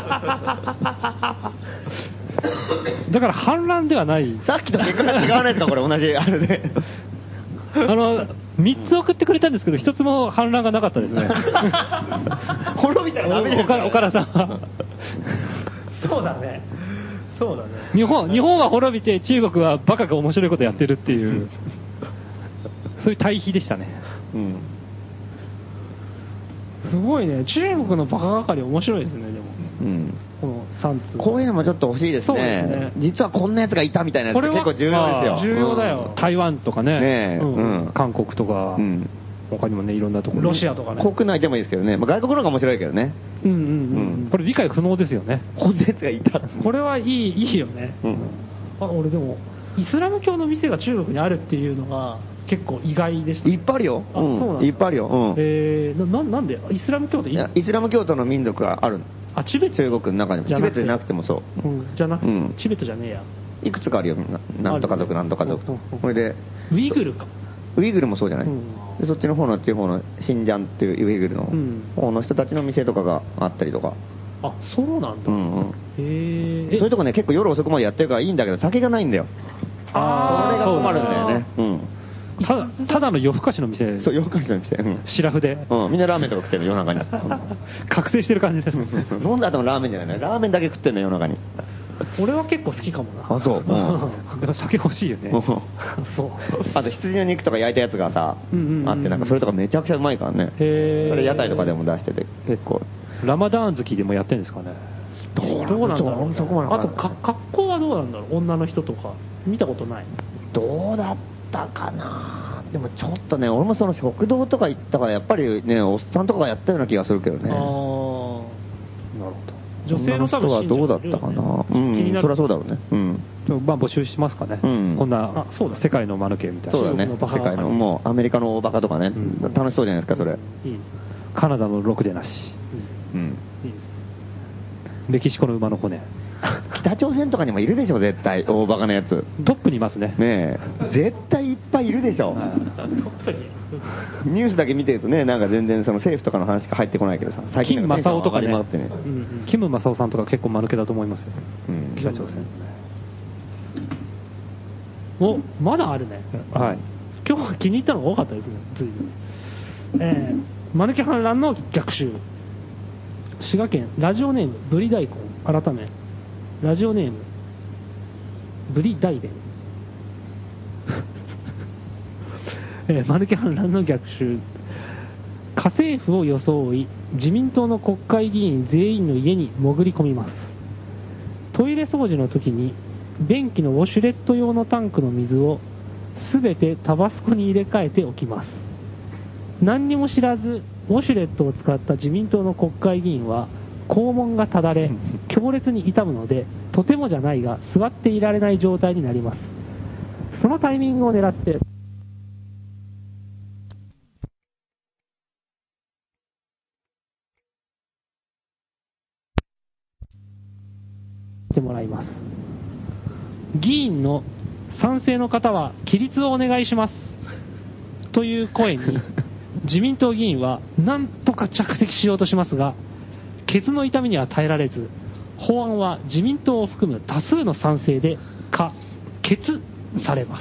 だから反乱ではない。 さっきと結果が違わないですか、これ同じあれで。 3つ送ってくれたんですけど、1つも反乱がなかったですね。 滅びたらダメじゃない岡田さんは。 そうだね。 日本は滅びて、中国はバカが面白いことやってるっていう、そういう対比でしたね。 すごいね。中国のバカ係面白いですね、でも。この3通。 こういうのもちょっと欲しいですね。実はこんなやつがいたみたいなやつ結構重要ですよ。 重要だよ。 台湾とかね、韓国とか、他にもね、いろんなところ。 ロシアとかね。 国内でもいいですけどね。外国の方が面白いけどね。 これ理解不能ですよね。 こんなやつがいた。 これはいいよね。俺でも、イスラム教の店が中国にあるっていうのが結構意外でした。 いっぱいあるよ。いっぱいあるよ。 なんでイスラム教徒イスラム教徒の民族がある。 チベット中国の中にも。チベットじゃなくてもそう。 じゃなくて、チベットじゃねえや。 いくつかあるよ。なんとか族、なんとか族と。これで。 ウイグルか。 ウイグルもそうじゃない、でそっちの方の地方のシンジャンっていうウイグルの方の人たちの店とかがあったりとか。 あ、そうなんだ。 そういうとこね、結構夜遅くまでやってるからいいんだけど、酒がないんだよ。それが困るんだよね。 ただの夜更かしの店。 そう、夜更かしの店。 シラフで。 みんなラーメンとか食ってるの、夜中に。 覚醒してる感じです。 飲んだ後のラーメンじゃないね。ラーメンだけ食ってんの、夜中に。 俺は結構好きかもな。 あ、そう。 酒欲しいよね。 そう。 あと羊の肉とか焼いたやつがさ、あって、なんかそれとかめちゃくちゃうまいからね。それ屋台とかでも出してて、結構。 ラマダーン好きでもやってるんですかね。 どうなんだろう。あと格好はどうなんだろう。女の人とか見たことない。 どうだったかな。でもちょっとね、俺もその食堂とか行ったからやっぱりね、おっさんとかがやったような気がするけどね。なるほど。女性の人はどうだったかな。そりゃそうだろうね。 まあ募集しますかね。こんな世界のマヌケみたいな。 そうだね。世界のもうアメリカの大バカとかね、楽しそうじゃないですかそれ。 カナダのロクでなし。メキシコの馬の骨。 北朝鮮とかにもいるでしょ絶対大バカなやつ。 トップにいますね。 ねえ、絶対いっぱいいるでしょ。ニュースだけ見てるとね、なんか全然その政府とかの話しか入ってこないけどさ、 最近金正夫とかね、キム正夫さんとか結構間抜けだと思いますよ。北朝鮮。 お、まだあるね。 はい。 今日は気に入ったのが多かったですね。間抜け反乱の逆襲。滋賀県ラジオネームブリ大根改めラジオネームブリ大弁間抜け反乱の逆襲。家政婦を装い自民党の国会議員全員の家に潜り込みます。トイレ掃除の時に便器のウォシュレット用のタンクの水を全てタバスコに入れ替えておきます。何にも知らずウォシュレットを使った自民党の国会議員は肛門がただれ強烈に痛むのでとてもじゃないが座っていられない状態になります。そのタイミングを狙ってもらいます。議員の賛成の方は起立をお願いしますという声に自民党議員は何とか着席しようとしますがケツの痛みには耐えられず法案は自民党を含む多数の賛成で決されます。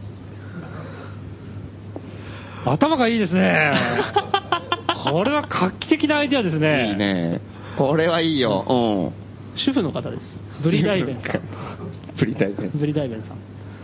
頭がいいですね。これは画期的なアイデアですね。 いいね。これはいいよ。 主婦の方です。ブリ大弁さん。 ブリ大弁。 ブリ大弁さん。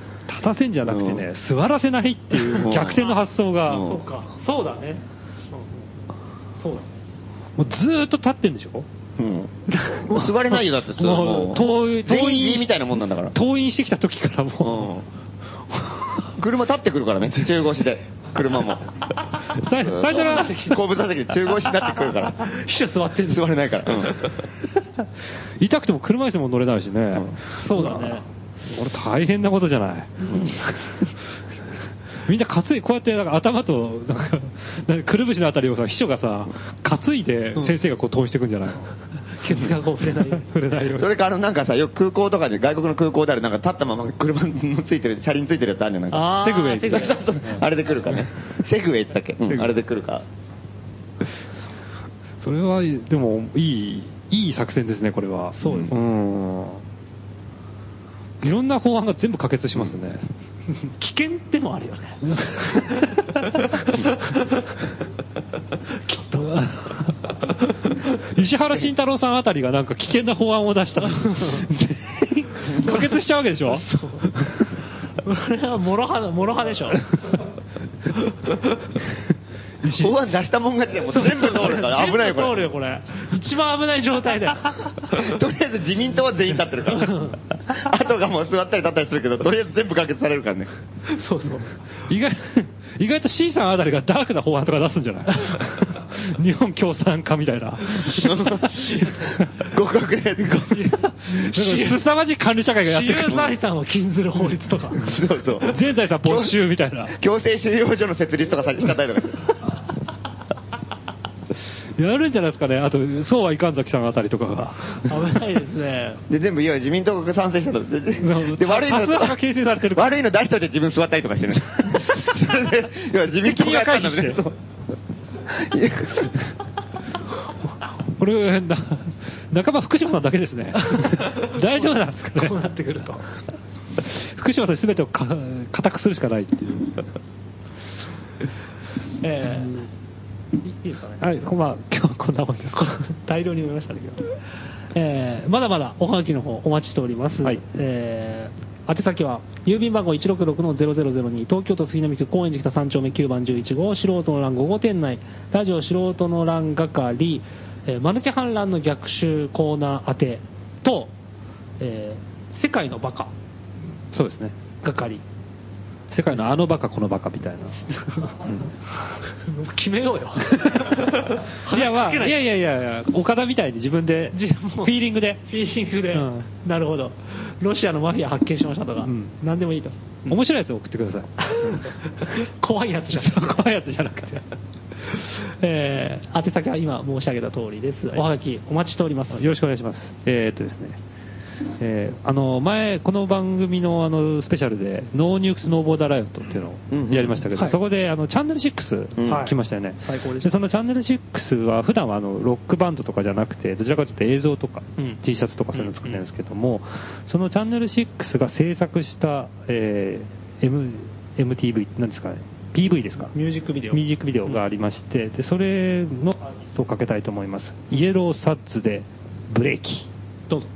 立たせんじゃなくてね、座らせないっていう逆転の発想が。 そうか。そうだね。そうだ。 もうずーっと立ってんでしょ。 もう座れないよ、だって。 もう登院みたいなもんなんだから。 登院してきた時からもう。車立ってくるからね、中腰で。車も。 最初は後部座席で中腰になってくるから。 秘書座ってる。 座れないから。 痛くても車椅子も乗れないしね。 そうだね。 これ大変なことじゃない。みんな担い、こうやってなんか頭と、くるぶしのあたりをさ、秘書がさ、担いで先生がこう通していくんじゃないの、 ケツがこう触れないように。それかなんかさ、よく空港とかで、外国の空港である、なんか立ったまま車のついてる、車輪ついてるやつあるじゃないか。 セグウェイ。あれで来るかね。セグウェイって言ったっけ、あれで来るか。 それは、でも、いい作戦ですね、これは。 そうです。 いろんな法案が全部可決しますね。 危険でもあるよね。きっと。 石原慎太郎さんあたりがなんか危険な法案を出したら可決しちゃうわけでしょ。 これは諸刃でしょ。 法案出したもん勝ちでもう全部通るから危ないよこれ。 通るよこれ。一番危ない状態だよ。 とりあえず自民党は全員立ってるから。あとがもう座ったり立ったりするけど、とりあえず全部可決されるからね。 そうそう。意外と C さんあたりがダークな法案とか出すんじゃない日本共産化みたいな。 極悪ね。 すさまじい管理社会がやってる。 私有財産を禁ずる法律とか。 そうそう。 全財産没収みたいな。 強制収容所の設立とかしたたりとか。 やるんじゃないですかね。あと、そうはいかんざきさんあたりとかが。 危ないですね。 で、全部、いや、自民党が賛成したと。で、悪いの出しといて自分座ったりとかしてね。いや、自民党がやったんだね。 これ、仲間福島さんだけですね。大丈夫なんですかね。 こうなってくると。 福島さん全てを固くするしかないっていう。 いいですかね。 はい、まあ、今日はこんなもんですか。 大量に読みましたけど。まだまだおはがきの方お待ちしております。はい。宛先は、郵便番号 166-0002、東京都杉並区高円寺北3丁目9番11号、素人の欄5号店内、ラジオ素人の欄係、マヌケ反乱の逆襲コーナー宛てと、世界のバカ。 そうですね。 係。 世界のあのバカこのバカみたいな。 決めようよ。 いや、岡田みたいに自分で、フィーリングで。 なるほど。ロシアのマフィア発見しましたとか、何でもいいと。 面白いやつを送ってください。 怖いやつじゃなくて。宛先は今申し上げた通りです。おはがきお待ちしております。 よろしくお願いします。ですね。前、この番組のスペシャルで、ノーニュークスノーボーダーライオットっていうのをやりましたけど、そこでチャンネル6来ましたよね。 最高でした。 そのチャンネル6は、普段はロックバンドとかじゃなくて、どちらかというと映像とか、T シャツとかそういうの作ってるんですけども、そのチャンネル6が制作した、MTV、何ですかね。PV ですか。 ミュージックビデオがありまして、で、それのアーティストをかけたいと思います。イエローサッツでブレーキ。 どうぞ。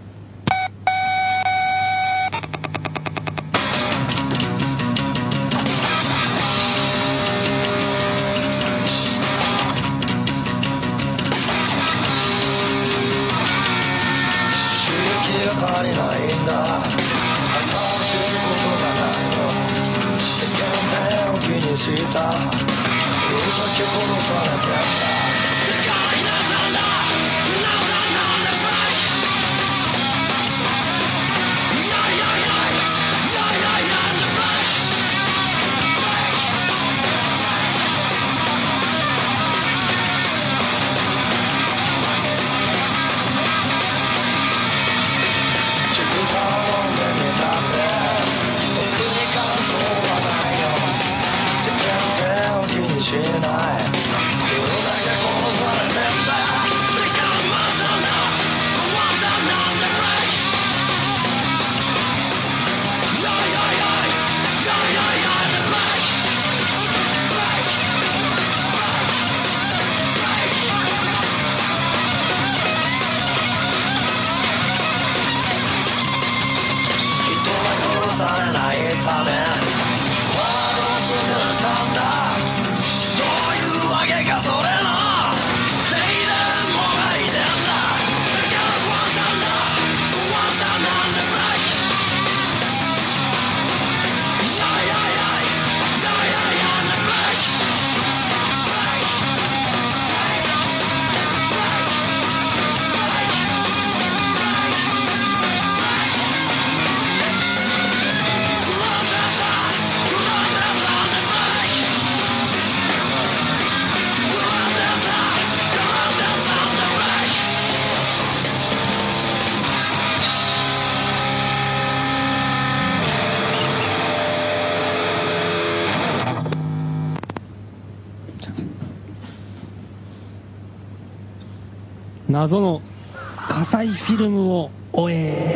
謎の火災フィルムを追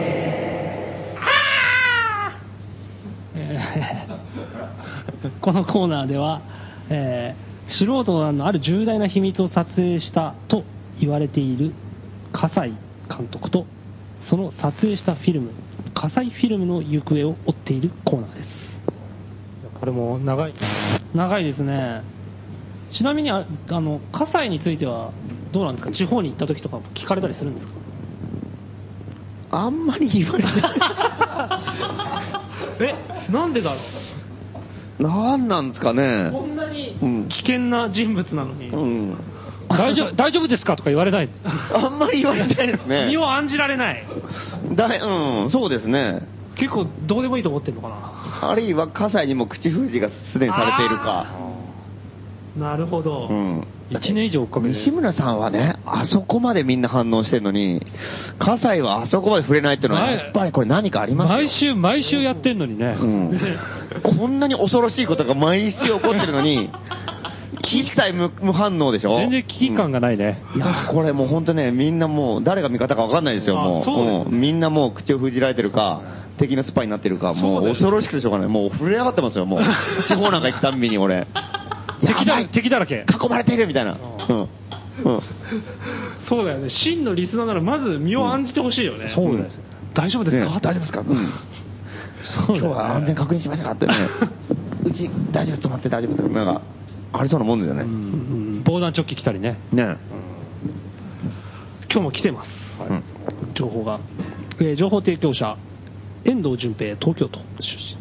このコーナーでは、素人のある重大な秘密を撮影したと言われている葛西監督とその撮影したフィルム、葛西フィルムの行方を追っているコーナーです。 これも長いですね。ちなみに葛西についてはどうなんですか？地方に行った時とか聞かれたりするんですか？ あんまり言われないなんでだろう。 なんなんですかね。 こんなに危険な人物なのに、 大丈夫ですかとか言われないです。 あんまり言われないですね。 身を案じられない。 そうですね。 結構どうでもいいと思ってるのかな。 あるいは葛西にも口封じがすでにされているか。 なるほど。 1年以上追っかけて。 西村さんはね、あそこまでみんな反応してるのに、葛西はあそこまで触れないっていうのは、やっぱりこれ何かありますよ。 毎週やってんのにね。 こんなに恐ろしいことが毎週起こってるのに、一切無反応でしょ。 全然危機感がないね。 いや、これもう本当ね、みんなもう誰が味方か分かんないですよ。もうみんなもう口を封じられてるか、敵のスパイになってるか、もう恐ろしくてしょうがない。もう震え上がってますよ。もう地方なんか行くたんびに俺。 敵だらけ。 囲まれてるみたいな。 そうだよね。真のリスナーならまず身を案じてほしいよね。 そうです。 大丈夫ですか？大丈夫ですか？今日は安全確認しましたかってね。うち大丈夫、止まって大丈夫です。なんかありそうなもんですよね。 防弾チョッキ着たりね。 今日も来てます。情報が。情報提供者遠藤純平、東京都出身。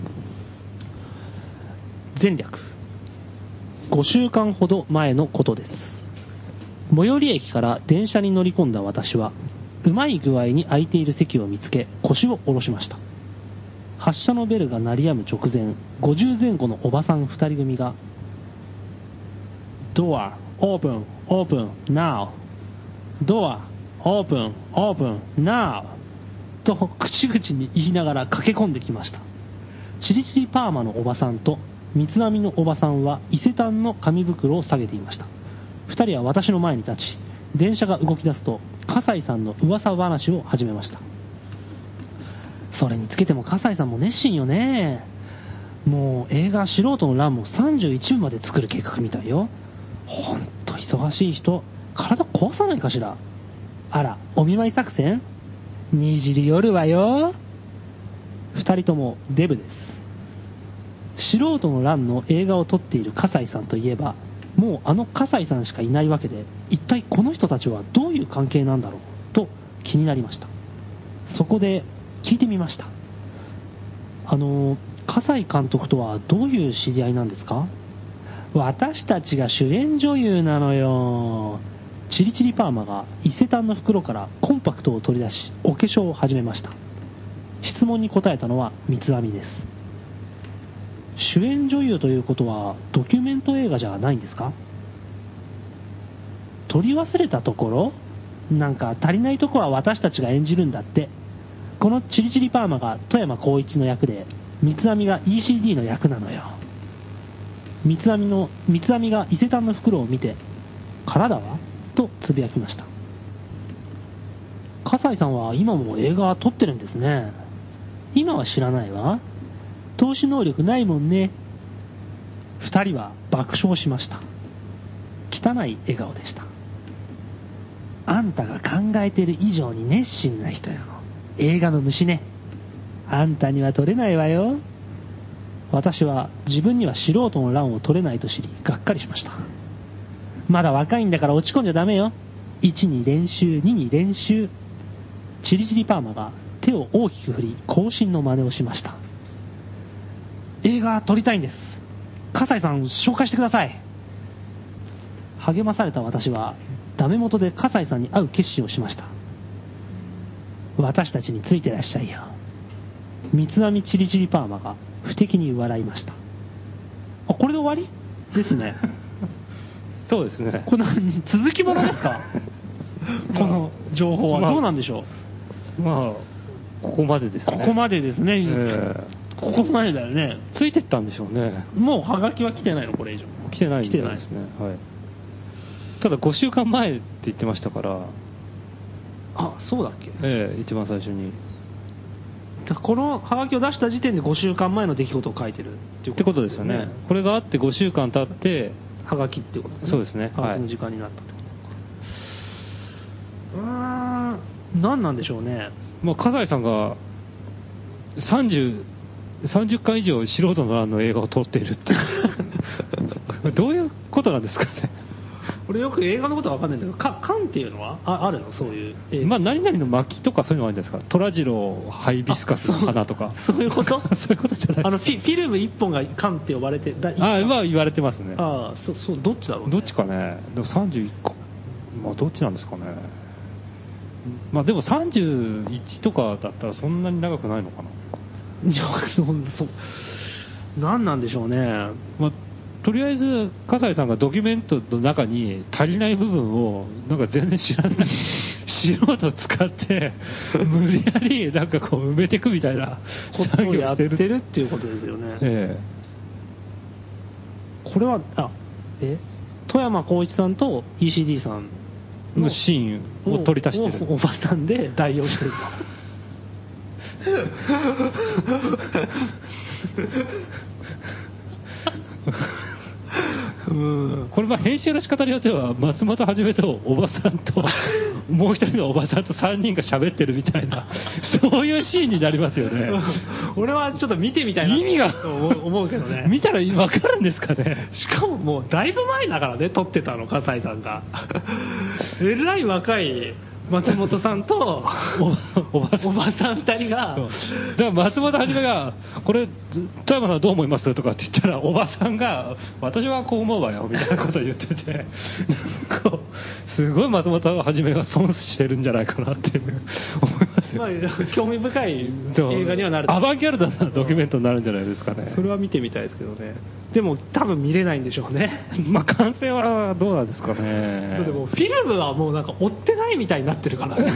前略。5週間ほど前のことです。最寄り駅から電車に乗り込んだ私は、うまい具合に空いている席を見つけ、腰を下ろしました。発車のベルが鳴り止む直前、50前後のおばさん2人組が、ドア、オープン、オープン、ナウ。ドア、オープン、オープン、ナウ。と口々に言いながら駆け込んできました。チリチリパーマのおばさんと、三つ編みのおばさんは伊勢丹の紙袋を下げていました。二人は私の前に立ち、電車が動き出すと、葛西さんの噂話を始めました。それにつけても葛西さんも熱心よね。もう映画素人の乱も31部まで作る計画みたいよ。ほんと忙しい人、体壊さないかしら。あら、お見舞い作戦？にじり寄るわよ。二人ともデブです。素人の乱の映画を撮っている葛西さんといえば、もうあの葛西さんしかいないわけで、一体この人たちはどういう関係なんだろうと気になりました。そこで聞いてみました。葛西監督とはどういう知り合いなんですか？私たちが主演女優なのよ。チリチリパーマが伊勢丹の袋からコンパクトを取り出し、お化粧を始めました。質問に答えたのは三つ編みです。主演女優ということはドキュメント映画じゃないんですか？撮り忘れたところ？なんか足りないとこは私たちが演じるんだって。このチリチリパーマが富山光一の役で、三つ編みが ECD の役なのよ。三つ編みが伊勢丹の袋を見て、からだわとつぶやきました。葛西さんは今も映画撮ってるんですね。今は知らないわ。投資能力ないもんね。二人は爆笑しました。汚い笑顔でした。あんたが考えてる以上に熱心な人よ。映画の虫ね。あんたには撮れないわよ。私は自分には素人の乱を撮れないと知り、がっかりしました。まだ若いんだから落ち込んじゃダメよ。1に練習、2に練習。チリチリパーマが手を大きく振り、行進の真似をしました。映画撮りたいんです。葛西さん紹介してください。励まされた私はダメ元で葛西さんに会う決心をしました。私たちについてらっしゃいよ。三つ編みチリチリパーマが不敵に笑いました。あ、これで終わりですね。 そうですね。 これ続きものですか？この情報はどうなんでしょう。まあここまでですね。 ここまでですね。ここまでだよね。 ついてったんでしょうね。 もうハガキは来てないの？これ以上来てないですね。はい。ただ5週間前って言ってましたから、 あ、そうだっけ？ 一番最初に。 このハガキを出した時点で5週間前の出来事を書いてるってことですよね。これがあって5週間経って、 ハガキってことですね。 そうですね。 ハガキの時間になったってことですか。何なんでしょうね。 まあ、笠井さんが30回以上素人の欄の映画を撮っているってどういうことなんですかね。 俺よく映画のことは分かんないんだけど、缶っていうのはあるの？そういう映画。 まあ何々の巻とかそういうのあるんじゃないですか。虎次郎ハイビスカスの花とか。 そういうことそういうことじゃないですか。 フィルム1本が缶って呼ばれてまあ言われてますね。 そうどっちだろうね。 どっちかね。でも31個。まあどっちなんですかね。まあでも31とかだったらそんなに長くないのかな。 いや、何なんでしょうね。 まあとりあえず、笠井さんがドキュメントの中に足りない部分を、なんか全然知らない素人を使って、無理やりなんかこう埋めていくみたいなことをやってるっていうことですよね。これは、富山光一さんと ECD さんのシーンを取り足してる。 おばさんで代用してる。 これは編集の仕方によっては松本はじめとおばさんともう一人のおばさんと3人が喋ってるみたいなそういうシーンになりますよね。 俺はちょっと見てみたいな意味が思うけどね。 見たら分かるんですかね。 しかももうだいぶ前だからね、撮ってたの笠井さんがえらい若い松本さんとおばさん2人が、だから松本はじめがこれ富山さんどう思いますとかって言ったらおばさんが私はこう思うわよみたいなことを言っててなんかすごい松本はじめが損してるんじゃないかなって思いますよ。 まあ、興味深い映画にはなる。 アバンギャルドなドキュメントになるんじゃないですかね。 それは見てみたいですけどね。でも多分見れないんでしょうね。 まあ完成はどうなんですかね。 でもフィルムはもうなんか追ってないみたいになってるからね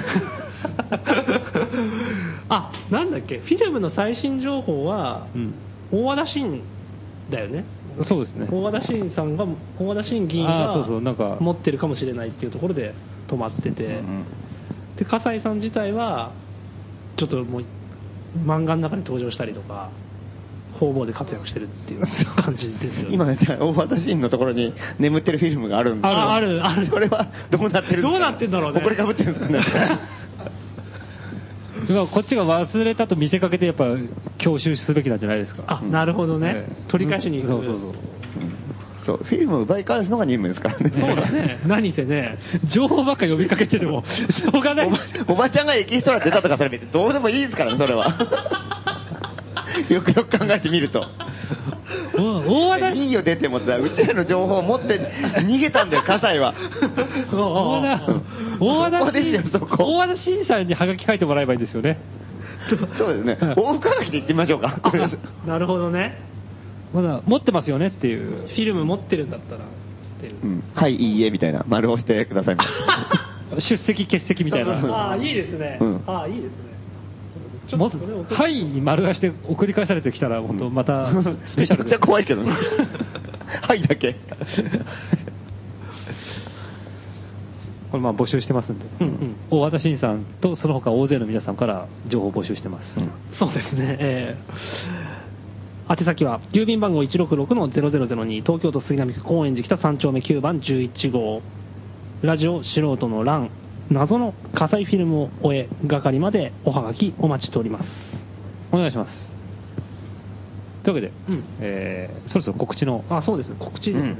なんだっけ、フィルムの最新情報は、大和田伸だよね。 そうですね。 大和田伸議員がなんか持ってるかもしれないっていうところで止まってて、で笠井さん自体はちょっともう漫画の中に登場したりとか方々で活躍してるっていう感じですよね。 今ね、大和田伸のところに眠ってるフィルムがあるんで。 ある。 それはどうなってるんですか、 どうなってんだろうね。 これかぶってるんですかね。 こっちが忘れたと見せかけてやっぱ強襲すべきなんじゃないですか。 なるほどね。取り返しに行く。 そうフィルムを奪い返すのが任務ですからね。 そうだね。何せね、情報ばっか呼びかけてでもしょうがない。 おばちゃんがエキストラ出たとかそれ見てどうでもいいですからね、それは。よく考えてみると。いいよ出てもさ、うちらの情報を持って逃げたんだよ、笠井は。 大和田伸さんにハガキ書いてもらえばいいんですよね。 そうですね。大深垣で行ってみましょうか。 なるほどね。 まだ持ってますよねっていう。 フィルム持ってるんだったら。 はい、いいえみたいな丸をしてください。 出席欠席みたいな。 いいですね。いいですね。 はいに丸がして送り返されてきたら本当またスペシャルで。 めちゃくちゃ怖いけどね。はいだけ。 これ募集してますんで、大和田伸さんとその他大勢の皆さんから情報を募集してます。 そうですね。宛先は郵便番号 166-0002 東京都杉並区高円寺北3丁目9番11号ラジオ素人の欄謎の火災フィルムを終え係までおはがきお待ちしております。 お願いします。というわけで、そろそろ告知の。 そうですね、告知ですね。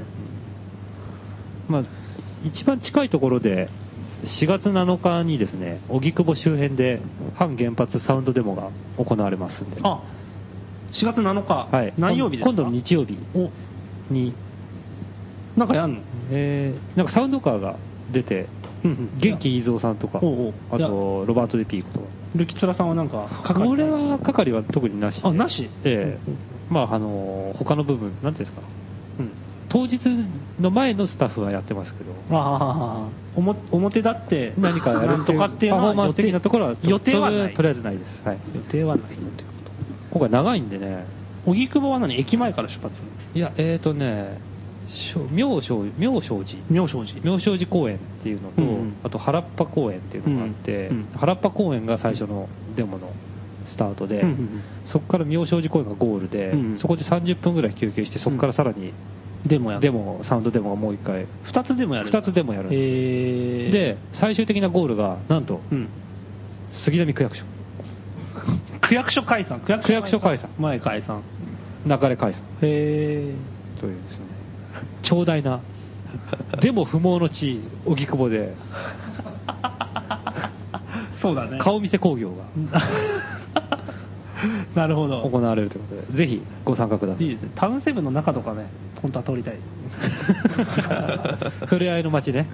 一番近いところで4月7日にですね、荻窪周辺で反原発サウンドデモが行われますんで。 4月7日、はい、何曜日ですか？ 今度の日曜日になんかやんの？ なんかサウンドカーが出て、元気伊蔵さんとか、あとロバート・デ・ピークとか。 ルキツラさんはなんかこれは係は特になし。 なし？ 他の部分なんていうんですか。当日の前のスタッフはやってますけど。 表だって何かやるとかっていうパフォーマンス的なところは予定はない。 とりあえずないです。はい。 予定はない。 今回長いんでね。 荻窪は駅前から出発？ いや、 妙正寺公園っていうのと、あと原っぱ公園っていうのがあって、原っぱ公園が最初のデモのスタートで、そこから妙正寺公園がゴールで、そこで30分ぐらい休憩して、そこからさらにサウンドデモがもう一回 2つデモやるんです。で最終的なゴールがなんと、杉並区役所解散前解散流れ解散というですね、長大なでも不毛の地荻窪でそうだね、 顔見せ興行がなるほど行われるということで、ぜひご参加ください。 いいですね、タウンセブンの中とかね、本当は通りたい触れ合いの街ね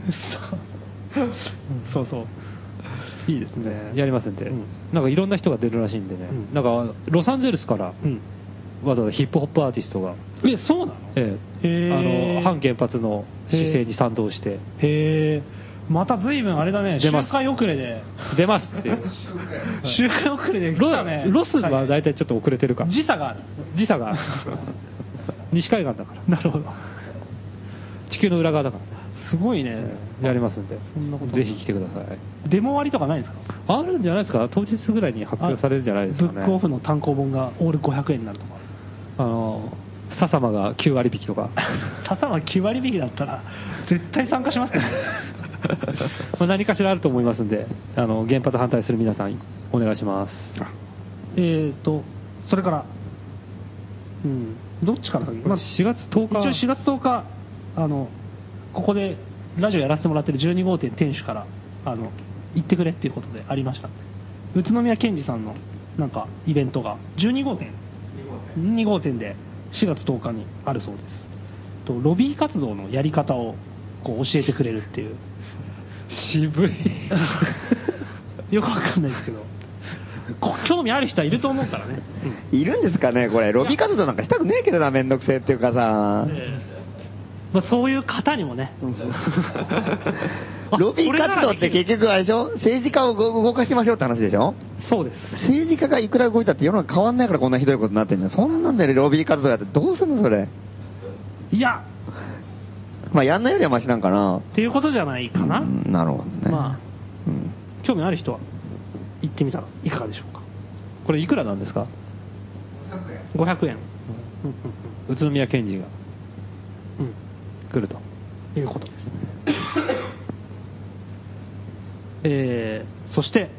そういいですね、 やりますんで、なんかいろんな人が出るらしいんでね、なんかロサンゼルスからわざわざヒップホップアーティストが、 そうなの？ 反原発の姿勢に賛同して、 また随分あれだね、周回遅れで出ますっていう周回遅れで来たね。 ロスは大体ちょっと遅れてるから時差がある西海岸だから。 なるほど、 地球の裏側だからすごいね、 やりますんで、ぜひ来てください。 デモ割とかないんですか？ あるんじゃないですか、当日ぐらいに発表されるんじゃないですかね。 ブックオフの単行本がオール500円になるとか、 笹間が9割引きとか笹間9割引きだったら絶対参加しますけどね何かしらあると思いますんで、原発反対する皆さんお願いします。 それから、どっちから先、 4月10日、 一応4月10日ここでラジオやらせてもらってる12号店店主から行ってくれっていうことでありました。宇都宮健二さんのなんかイベントが12号店2号店で4月10日にあるそうです。ロビー活動のやり方をこう教えてくれるっていう。 渋いよくわかんないですけど、興味ある人はいると思うからね。 いるんですかねこれ。ロビー活動なんかしたくねえけどな、めんどくせえっていうかさ、 そういう方にもねロビー活動って結局あれでしょ、政治家を動かしましょうって話でしょ。 そうです。 政治家がいくら動いたって世の中変わんないからこんなひどいことになってんだよ。そんなんでロビー活動やってどうすんのそれ。 いや、 やんないよりはマシなんかなっていうことじゃないかな。 なるほどね。 興味ある人は行ってみたらいかがでしょうか。 これいくらなんですか ？500円。 宇都宮健二が来るということです。そして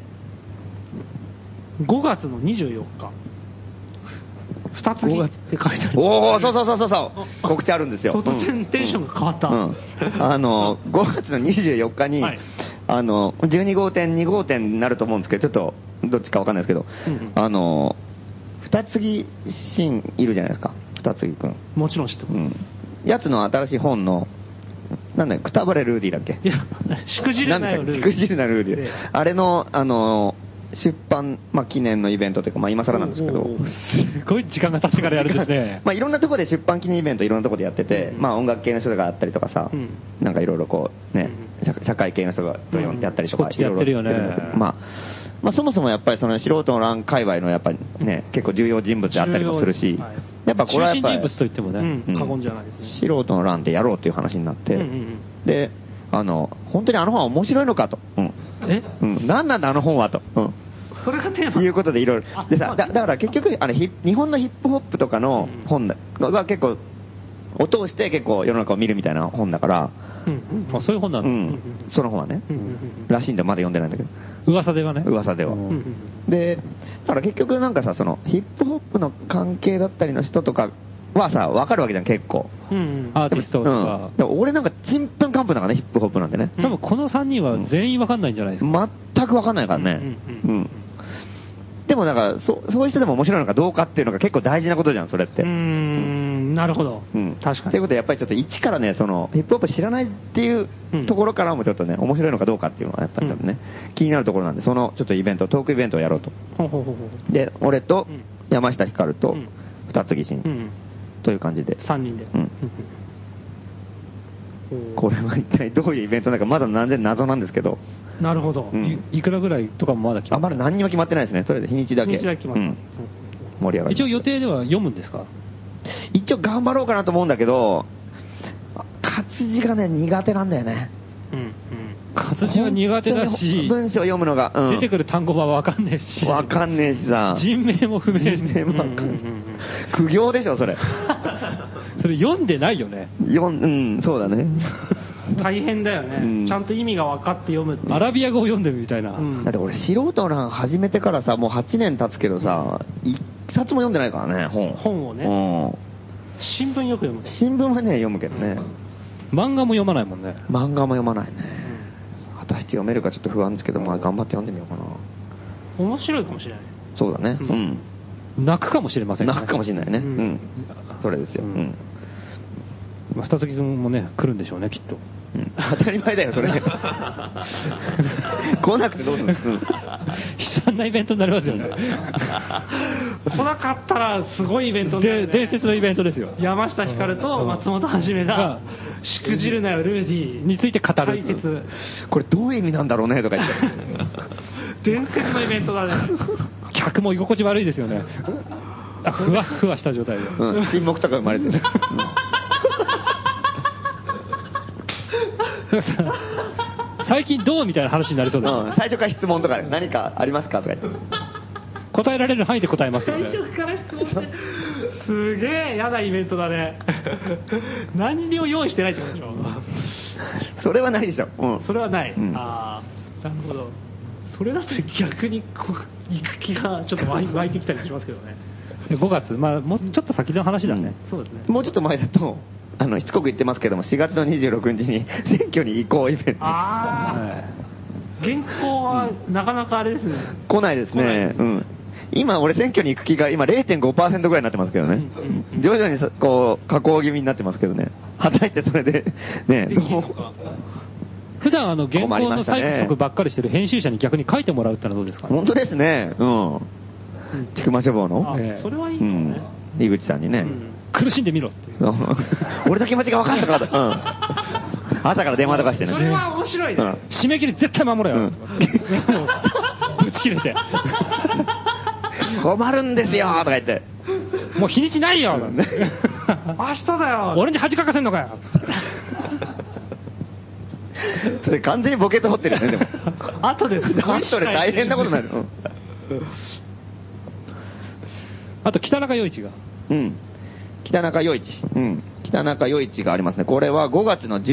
5月の24日2つ日って書いてある。 おお、そう告知あるんですよ。 突然テンションが変わった。 5月の24日に、12号店2号店になると思うんですけど、ちょっとどっちかわかんないですけど、二木真いるじゃないですか、二木君。 もちろん知ってます。 やつの新しい本のなんだよ、くたばれルーディだっけ。 いや、しくじるなよルーディ。 しくじるなルーディ。あれの出版、記念のイベントというか、今更なんですけど、 すごい時間が経ってからやるんですね。 いろんなところで出版記念イベントいろんなところでやってて、音楽系の人があったりとかさ、なんかいろいろこうね、社会系の人がやったりとか、いろいろやってるんだけど、そもそもやっぱりその素人の欄界隈のやっぱりね、結構重要人物であったりもするし、やっぱこれはやっぱり中心人物と言ってもね、 過言じゃないですね。 素人の欄でやろうっていう話になって、で、本当にあの本は面白いのかと。何なんだあの本はと。 それがテーマ。 いうことでいろいろ。でさ、だから結局、日本のヒップホップとかの本が結構、を通して結構世の中を見るみたいな本だから、 そういう本なんだ。 その本はね、らしいんでまだ読んでないんだけど。 噂ではね。 噂では。で、だから結局なんかさ、そのヒップホップの関係だったりの人とかはさ、わかるわけじゃん、結構。 アーティストとか。 でも俺なんかちんぷんかんぷんだからね、ヒップホップなんてね。 多分この3人は全員わかんないんじゃないですか。 全くわかんないからね。でもだからそういう人でも面白いのかどうかっていうのが結構大事なことじゃん、それって。 なるほど。確かに。 ということでやっぱりちょっと一からね、そのヒップホップ知らないっていうところからもちょっとね、面白いのかどうかっていうのはやっぱりちょっとね、気になるところなんで、そのちょっとイベント、トークイベントをやろうと。で、俺と山下ひかると二木真という感じで。 3人で。 これは一体どういうイベントなのかまだ謎なんですけど。 なるほど。 いくらぐらいとかもまだ決まってない。 まだ何にも決まってないですね。とりあえず日にちだけ。 日にちだけ決まって。 盛り上がる。一応予定では読むんですか？ 一応頑張ろうかなと思うんだけど、 活字がね、苦手なんだよね。 活字は苦手だし、 文章読むのが、 出てくる単語は分かんねえし。 分かんねえしさ。 人名も不明。 人名も分かんねえ。苦行でしょ、それ。 それ読んでないよね。 そうだね。 大変だよね。ちゃんと意味が分かって読むって。 アラビア語を読んでるみたいな。 だって俺、素人欄始めてからさ、もう8年経つけどさ、一冊も読んでないからね、 本をね。新聞よく読む。 新聞はね、読むけどね。 漫画も読まないもんね。 漫画も読まないね。果たして読めるかちょっと不安ですけど、まあ頑張って読んでみようかな。 面白いかもしれないです。 そうだね。 泣くかもしれませんね。 泣くかもしれないね。それですよ。 二月君もね、来るんでしょうね、きっと。 当たり前だよ、それ。来なくてどうするの？悲惨なイベントになりますよね。 来なかったらすごいイベントになる、 伝説のイベントですよ。 山下ひかると松本はじめが、しくじるなよ、ルーディについて語る。解説。 これどういう意味なんだろうね、とか言って。 伝説のイベントだね。 客も居心地悪いですよね。ふわふわした状態で。 沈黙とか生まれてる。 最近どうみたいな話になりそうだよ、 最初から質問とかで何かありますかとか言って答えられる範囲で答えますよね。 最初から質問してすげえ嫌なイベントだね。何にも用意してないってことでしょ。 それはないでしょ、 それはない、ああ、なるほど。それだと逆に行く気がちょっと湧いてきたりしますけどね。 5月、まあもうちょっと先の話だね、 そうですね。 もうちょっと前だとしつこく言ってますけども、4月の26日に選挙に行こうイベント。 原稿はなかなかあれですね。 来ないですね。今俺選挙に行く気が今 0.5% ぐらいになってますけどね。徐々にこう下降気味になってますけどね。果たしてそれでね、どう普段原稿の採掘ばっかりしてる編集者に逆に書いてもらうってのはどうですかね。 本当ですね。ちくま書房のそれはいいね。 井口さんにね、 苦しんでみろって。 俺の気持ちが分かったからだ。朝から電話とかしてね。 それは面白いね。 締め切り絶対守れよ。ぶち切れて。 困るんですよとか言って。 もう日にちないよ。 明日だよ。 俺に恥かかせんのかよ。 それ完全にボケと掘ってるよね、でも。 後で大変なことになる。 あと北中余市が。 北中余市。北中余市がありますね。これは5月の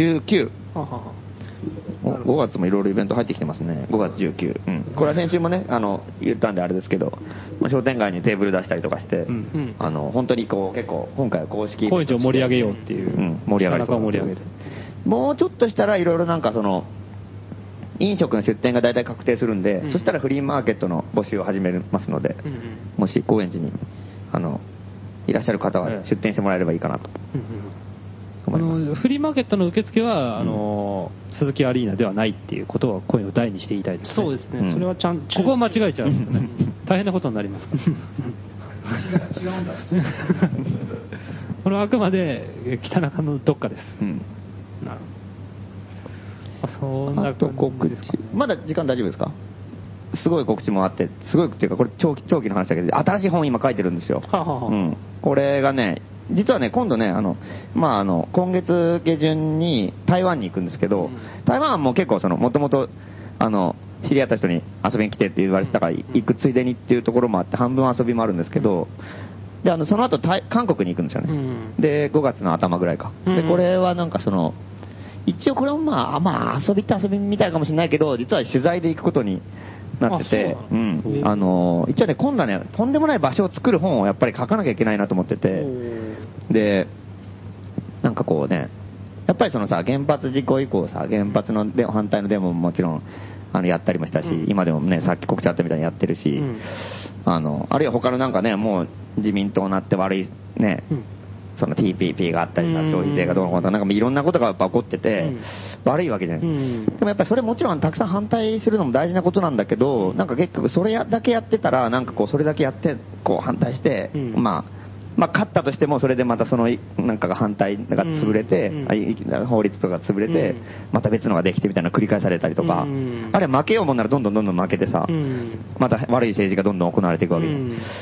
19。5月もいろいろイベント入ってきてますね。5月19。これは先週もね、言ったんであれですけど、商店街にテーブル出したりとかして、本当にこう結構今回は公式高円寺を盛り上げようっていう。 盛り上がりそう。 盛り上げて。 もうちょっとしたらいろいろなんか飲食の出店が大体確定するんで、そしたらフリーマーケットの募集を始めますので、もし高円寺にいらっしゃる方は出店してもらえればいいかなと思います。 フリーマーケットの受付は鈴木アリーナではないっていうことを声を大にして言いたいですね。 そうですね。それはちゃんとここを間違えちゃうとね大変なことになりますから。違うんだ。これはあくまで北中のどっかです。なるほど。 あと告知。まだ時間大丈夫ですか？すごい告知もあって、すごいっていうか、これ長期の話だけど、新しい本今書いてるんですよ。これがね、実はね、今度ね、今月下旬に台湾に行くんですけど、台湾はもう結構もともと、知り合った人に遊びに来てって言われてたから、行くついでにっていうところもあって、半分遊びもあるんですけど、で、その後、韓国に行くんですよね。で、5月の頭ぐらいか。で、これはなんか一応これも遊びって遊びみたいかもしれないけど、実は取材で行くことになってて、一応ね、今度はね、とんでもない場所を作る本をやっぱり書かなきゃいけないなと思ってて、で、なんかこうね、やっぱり原発事故以降さ、原発の反対のデモももちろん、やったりもしたし、今でもね、さっき告知あったみたいにやってるし、あるいは他のなんかね、もう自民党になって悪いね、TPP があったりさ、消費税がどうのこうのなんかいろんなことがやっぱ起こってて、悪いわけじゃない。でもやっぱりそれもちろんたくさん反対するのも大事なことなんだけど、なんか結局それだけやってたら、なんかこうそれだけやって、こう反対して、勝ったとしてもそれでまたなんかが反対が潰れて、法律とか潰れて、また別のができてみたいなの繰り返されたりとか、あれ負けようもんならどんどん負けてさ、また悪い政治がどんどん行われていくわけじゃん。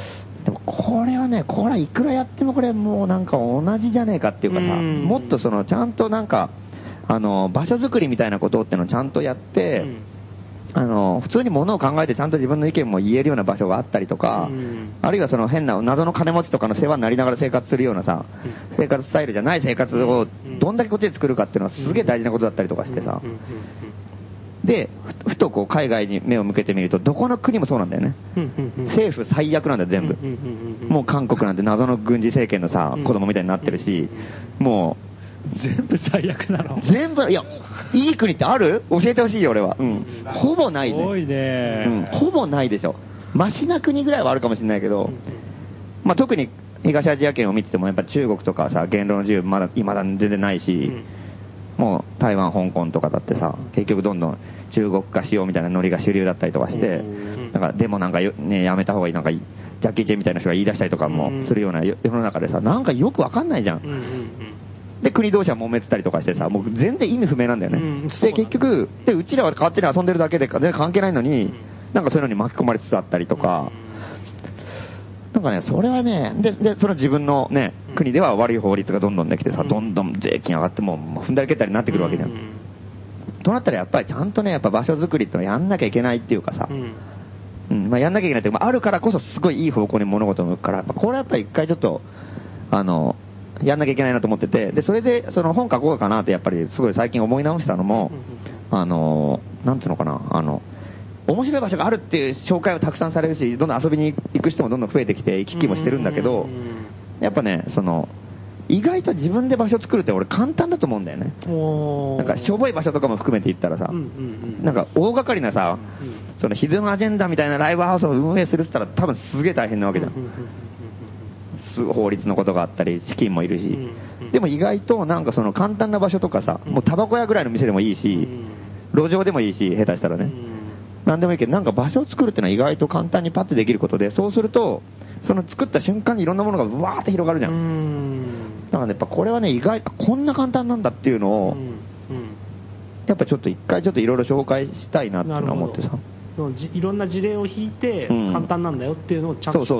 でもこれはね、これはいくらやってもこれもうなんか同じじゃねえかっていうかさ、もっとそのちゃんとなんか場所作りみたいなことってのをちゃんとやって、普通に物を考えてちゃんと自分の意見も言えるような場所があったりとか、あるいはその変な謎の金持ちとかの世話になりながら生活するようなさ、生活スタイルじゃない生活をどんだけこっちで作るかっていうのはすげえ大事なことだったりとかしてさ、で、ふとこう海外に目を向けてみると、どこの国もそうなんだよね。政府最悪なんだよ、全部。もう韓国なんて謎の軍事政権のさ、子供みたいになってるし、もう、 全部最悪なの。 全部、いや、いい国ってある？教えてほしいよ、俺は。ほぼないね。 多いね。 ほぼないでしょ。マシな国ぐらいはあるかもしれないけど、まあ特に東アジア圏を見てても、やっぱ中国とかさ、言論の自由まだ全然ないし、もう台湾、香港とかだってさ、結局どんどん中国化しようみたいなノリが主流だったりとかして、だからでもなんかね、やめた方がいい、なんかジャッキー・チェンみたいな人が言い出したりとかもするような世の中でさ、なんかよくわかんないじゃん。で、国同士は揉めてたりとかしてさ、もう全然意味不明なんだよね。で、結局、うちらは勝手に遊んでるだけで全然関係ないのに、なんかそういうのに巻き込まれつつあったりとか、なんかね、それはね、で、その自分のね、国では悪い法律がどんどんできてさ、どんどん税金上がってもう踏んだり蹴ったりになってくるわけじゃん。となったらやっぱりちゃんとね、やっぱ場所作りってのはやんなきゃいけないっていうかさ、まあやんなきゃいけないっていうか、あるからこそすごいいい方向に物事を向くから、これはやっぱり一回ちょっと、やんなきゃいけないなと思ってて、で、それで、その本書こうかなってやっぱりすごい最近思い直したのも、なんていうのかな、面白い場所があるっていう紹介はたくさんされるし、どんどん遊びに行く人もどんどん増えてきて、行き来もしてるんだけど、やっぱね、意外と自分で場所作るって俺簡単だと思うんだよね。なんかしょぼい場所とかも含めて言ったらさ、なんか大掛かりなさ、そのヒドゥンアジェンダみたいなライブハウスを運営するって言ったら多分すげえ大変なわけじゃん。法律のことがあったり、資金もいるし。でも意外となんかその簡単な場所とかさ、もうタバコ屋ぐらいの店でもいいし、路上でもいいし、下手したらね。なんでもいいけど、なんか場所を作るってのは意外と簡単にパッとできることで、そうすると、その作った瞬間にいろんなものがうわーって広がるじゃん。だからね、やっぱこれはね、意外とこんな簡単なんだっていうのを、やっぱちょっと一回ちょっといろいろ紹介したいなって思ってさ。 いろんな事例を引いて、簡単なんだよっていうのをちゃんとそう。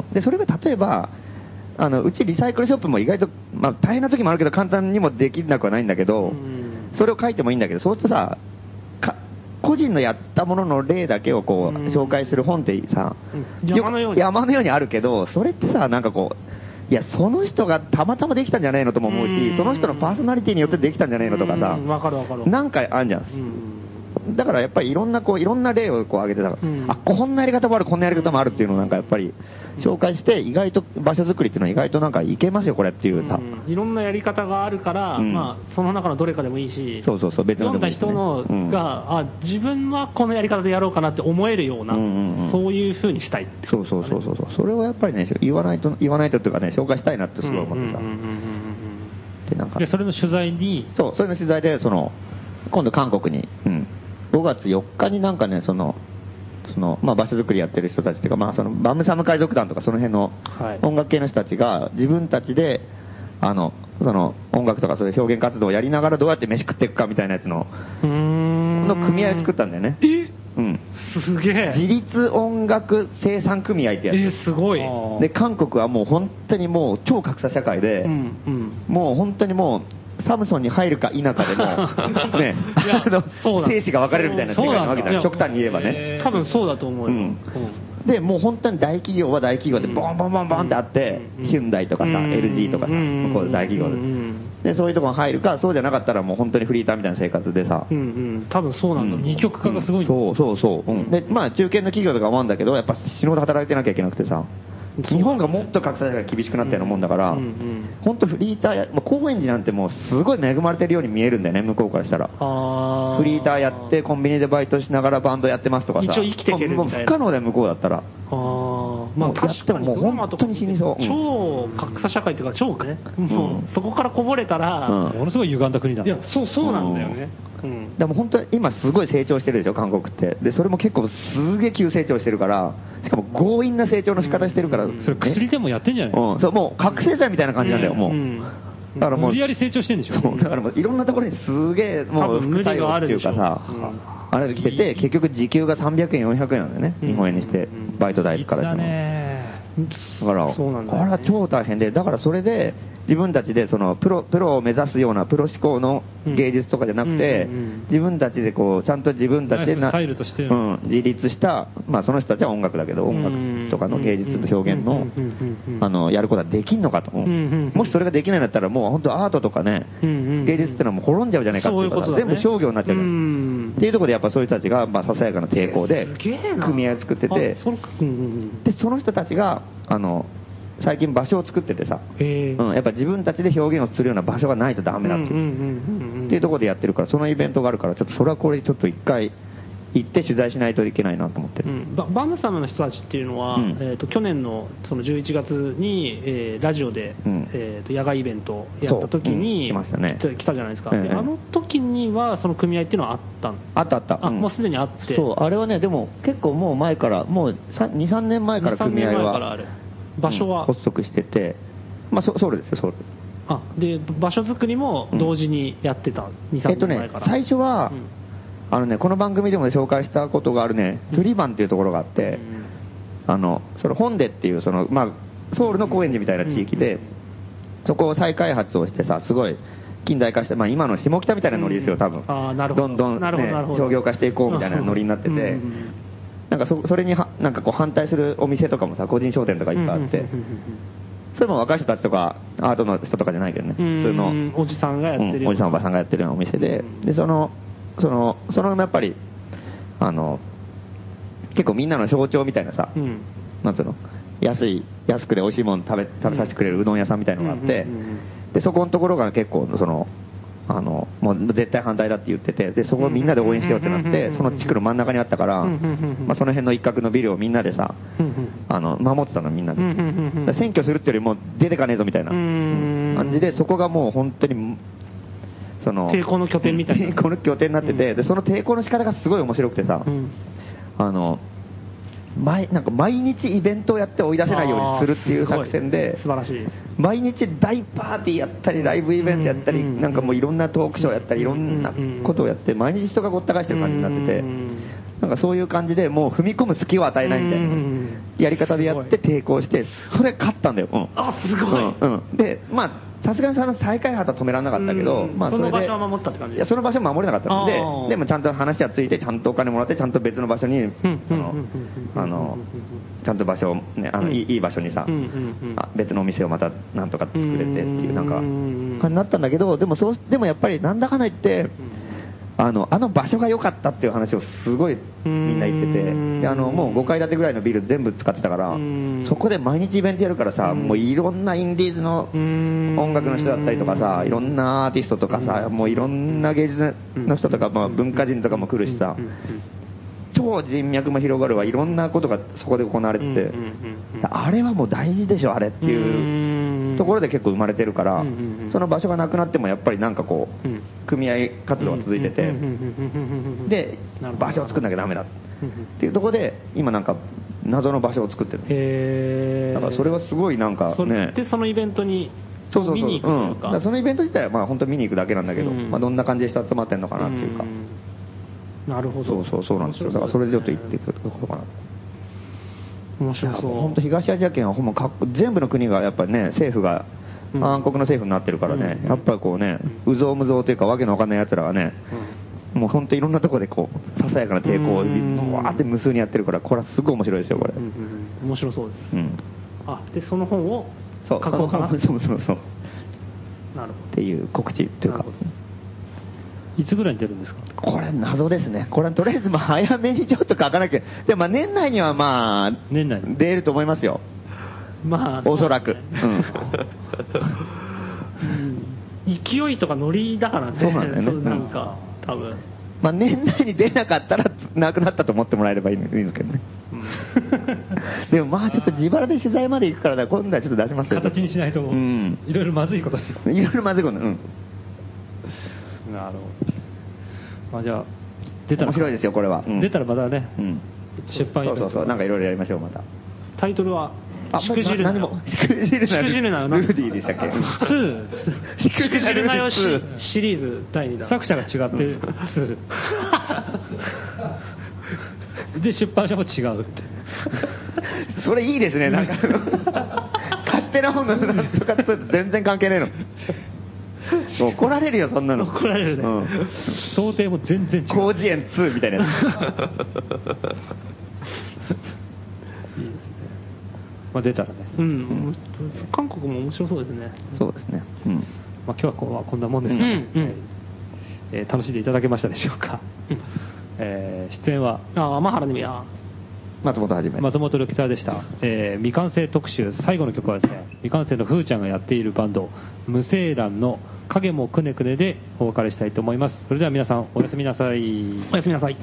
で、それが例えば、うちリサイクルショップも意外と、まあ大変な時もあるけど簡単にもできなくはないんだけど、それを書いてもいいんだけど、そうするとさ、個人のやったものの例だけをこう紹介する本ってさ、山のようにあるけど、それってさ、なんかこう、いや、その人がたまたまできたんじゃないのとも思うし、その人のパーソナリティによってできたんじゃないのとかさ、なんかあるじゃん。だからやっぱりいろんな例をこう挙げてたから、こんなやり方もある、こんなやり方もあるっていうのをなんかやっぱり紹介して、意外と場所作りっていうのは意外となんかいけますよ、これっていうさ。 いろんなやり方があるから、まあ、その中のどれかでもいいし、 別の読んだ人のが、自分はこのやり方でやろうかなって思えるような、そういう風にしたいって。 そう。それをやっぱりね、言わないとっていうかね、紹介したいなってすごい思ってさ。 で、なんか。それの取材に。 それの取材で、今度韓国に、5月4日になんかね、まあ場所作りやってる人たちっていうか、まあバムサム海賊団とかその辺の音楽系の人たちが自分たちで、音楽とかそういう表現活動をやりながらどうやって飯食っていくかみたいなやつの組合を作ったんだよね。 すげえ。 自立音楽生産組合ってやつ。 すごい。 で、韓国はもう本当にもう超格差社会で、もう本当にもう、サムソンに入るか否かでも、ね、生死が分かれるみたいな世界なわけだよ、極端に言えばね。 多分そうだと思うよ。 で、もう本当に大企業は大企業でボンボンボンボンってあって、ヒュンダイとかさ、LG とかさ、向こうで大企業で。で、そういうところに入るか、そうじゃなかったらもう本当にフリーターみたいな生活でさ。 多分そうなんだ。二極化がすごい。 そう。で、まあ中堅の企業とか思うんだけど、やっぱ死ぬほど働いてなきゃいけなくてさ。日本がもっと格差が厳しくなったようなもんだから、本当フリーターや、高円寺なんてもうすごい恵まれてるように見えるんだよね、向こうからしたら。フリーターやって、コンビニでバイトしながらバンドやってますとかさ。 一応生きていけるみたいな。 もう不可能だよ、向こうだったら。 まあ確かにもう本当に死にそう。 超格差社会っていうか、超ね。もうそこからこぼれたら、 ものすごい歪んだ国だ。 いや、そうなんだよね。 でも本当に今すごい成長してるでしょ、韓国って。で、それも結構すげえ急成長してるから、しかも強引な成長の仕方してるから。 それ薬でもやってんじゃない？ そう、もう覚醒剤みたいな感じなんだよ、もう。 だからもう無理やり成長してんでしょ。 だからもういろんなところにすげえもう副作用っていうかさ、あれが来てて、結局時給が300円400円なんだよね、日本円にしてバイト代からしても。 だから、 そうなんだ、ね、 あれは超大変で、だからそれで、自分たちでそのプロを目指すようなプロ志向の芸術とかじゃなくて、自分たちでこうちゃんと自分たちでスタイルとして、 自立した、まあその人たちは音楽だけど、音楽とかの芸術の表現のやることはできんのかと、もしそれができないんだったら、もう本当アートとかね、芸術っていうのはもう滅んじゃうじゃないかっていうから、全部商業になっちゃうっていうところで、やっぱそういう人たちがまあささやかな抵抗で組合を作ってて、でその人たちが最近場所を作っててさ、やっぱ自分たちで表現をするような場所がないとダメだっていうところでやってるから、そのイベントがあるから、ちょっとそれはこれちょっと一回行って取材しないといけないなと思ってる。 バムサムの人たちっていうのは、去年のその11月に、ラジオで、野外イベントをやった時に来ましたね、 来たじゃないですか。であの時にはその組合っていうのはあったんあった。 もうすでにあって。 そう、あれはね、でも結構もう前から、もう2、3年前から組合は場所は、 発足してて、まあソウルですよ、ソウル。 で場所作りも同時にやってた、2、3年前から。 最初は、この番組でも紹介したことがあるね、トゥリバンっていうところがあって、そのホンデっていうまあ、ソウルの高円寺みたいな地域で、そこを再開発をしてさ、すごい近代化して、まあ、今の下北みたいなノリですよ、多分。どんどん、ね、商業化していこうみたいなノリになってて、なんかそれになんかこう反対するお店とかもさ、個人商店とかいっぱいあって、それも若い人たちとかアートの人とかじゃないけどね、普通のおじさんがやってる、 おじさんおばさんがやってるようなお店で、でそのやっぱり結構みんなの象徴みたいなさ、なんつうの、安くで美味しいもの食べさせてくれるうどん屋さんみたいなのがあって、でそこのところが結構もう絶対反対だって言ってて、でそこをみんなで応援しようってなって、その地区の真ん中にあったから、まあ、その辺の一角のビルをみんなでさ、守ってたのみんなで。占拠するっていうよりも出てかねえぞみたいな感じで、そこがもう本当に抵抗の拠点みたいな。 抵抗の拠点になってて、でその抵抗の仕方がすごい面白くてさ、なんか毎日イベントをやって追い出せないようにするっていう作戦で、 素晴らしい。 毎日大パーティーやったり、ライブイベントやったり、なんかもういろんなトークショーやったり、いろんなことをやって、毎日人がごった返してる感じになってて、なんかそういう感じでもう踏み込む隙を与えないみたいなやり方でやって抵抗して、それ勝ったんだよ。 すごい。 で、まあ、さすがにその再開発は止められなかったけど、まあその場所は守ったって感じ。 いや、その場所は守れなかったので、でもちゃんと話はついて、ちゃんとお金もらって、ちゃんと別の場所に、ちゃんと場所をね、いい場所にさ、別のお店をまたなんとか作れてっていうなんか感じになったんだけど、でもやっぱりなんだかんだ言って、あの場所が良かったっていう話をすごいみんな言ってて、でもう5階建てぐらいのビル全部使ってたから、そこで毎日イベントやるからさ、もういろんなインディーズの音楽の人だったりとかさ、いろんなアーティストとかさ、もういろんな芸術の人とか、まあ、文化人とかも来るしさ、超人脈も広がるわ、いろんなことがそこで行われてて、あれはもう大事でしょあれっていうところで結構生まれてるから、その場所がなくなってもやっぱりなんかこう組合活動が続いてて、で場所を作んなきゃダメだっていうところで今なんか謎の場所を作ってる。だからそれはすごいなんかね、 でそのイベントに見に行くというか、 そのイベント自体はまあ本当見に行くだけなんだけど、まあどんな感じで人集まってるのかなっていうか。 なるほど。 そうなんですよ。だからそれでちょっと行っていくところかな。 面白そう。 本当東アジア圏はほんま全部の国がやっぱりね、政府が暗黒の政府になってるからね、やっぱりこうね、うぞうむぞうというかわけのわかんない奴らがね、もう本当いろんなところでこうささやかな抵抗をわーって無数にやってるから、これはすごい面白いですよこれ。 面白そうです。でその本を書こうかな。 そう。 なるほど。 っていう告知というか。 いつぐらいに出るんですか？ これ謎ですね。これとりあえずまあ早めにちょっと書かなきゃ。でもまあ年内にはまあ出ると思いますよ。 まあおそらく。 勢いとかノリだからね。 そうなんだよね。 なんか多分。 まあ年内に出なかったらなくなったと思ってもらえればいいんですけどね。でもまあちょっと自腹で取材まで行くから今度はちょっと出しますよ。 形にしないといろいろまずいことです。 いろいろまずいこと。 なるほど。まあじゃあ出たら面白いですよこれは。 出たらまたね、出版イベント。 そうなんかいろいろやりましょうまた。 タイトルはしくじるなよ。 しくじるなよ。ルーディーでしたっけ ？2。しくじるなよシリーズ第2弾。 作者が違って2。で出版社も違うって。 それいいですね、なんか勝手な本のなんとかと全然関係ねえの。怒られるよ、そんなの。 怒られるね。 想定も全然違う。 広辞苑2みたいなやつ。 まあ出たらね。 韓国も面白そうですね。 そうですね。 まあ今日はこんなもんですかね。楽しんでいただけましたでしょうか。出演は天原美也、 松本はじめ、 松本るきさでした。未完成特集、最後の曲はですね、未完成のふーちゃんがやっているバンド、無精卵の影もくねくねでお別れしたいと思います。それでは皆さん、おやすみなさい。 おやすみなさい。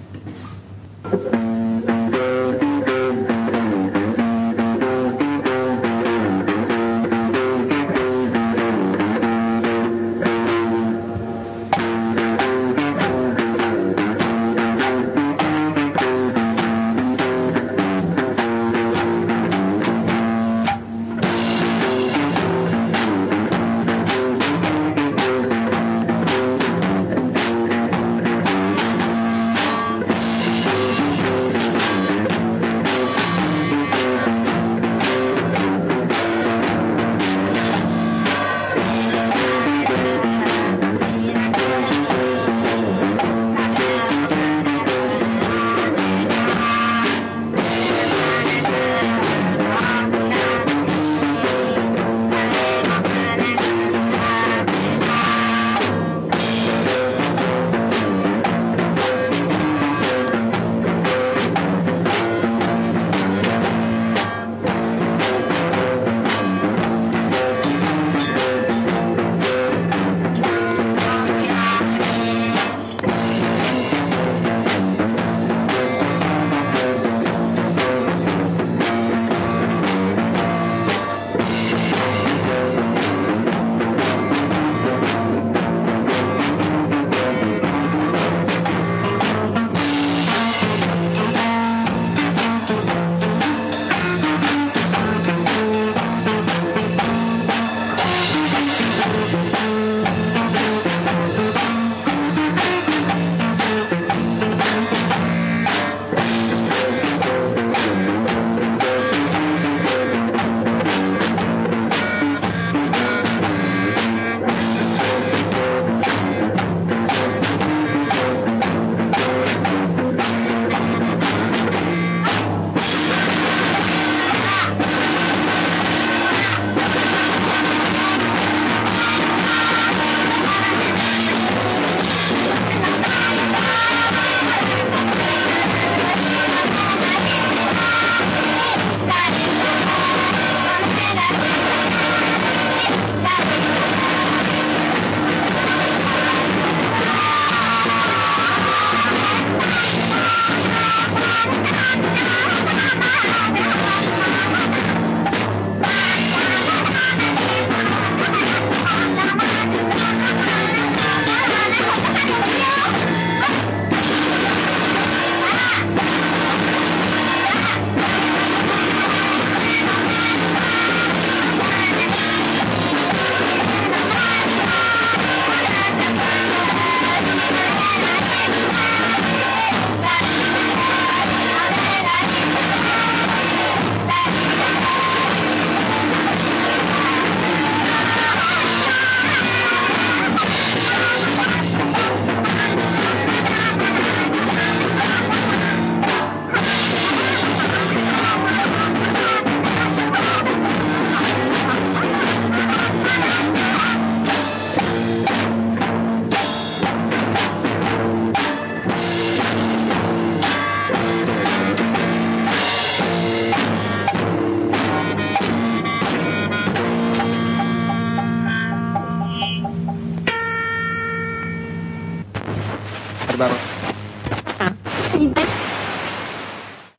ありがとうございます。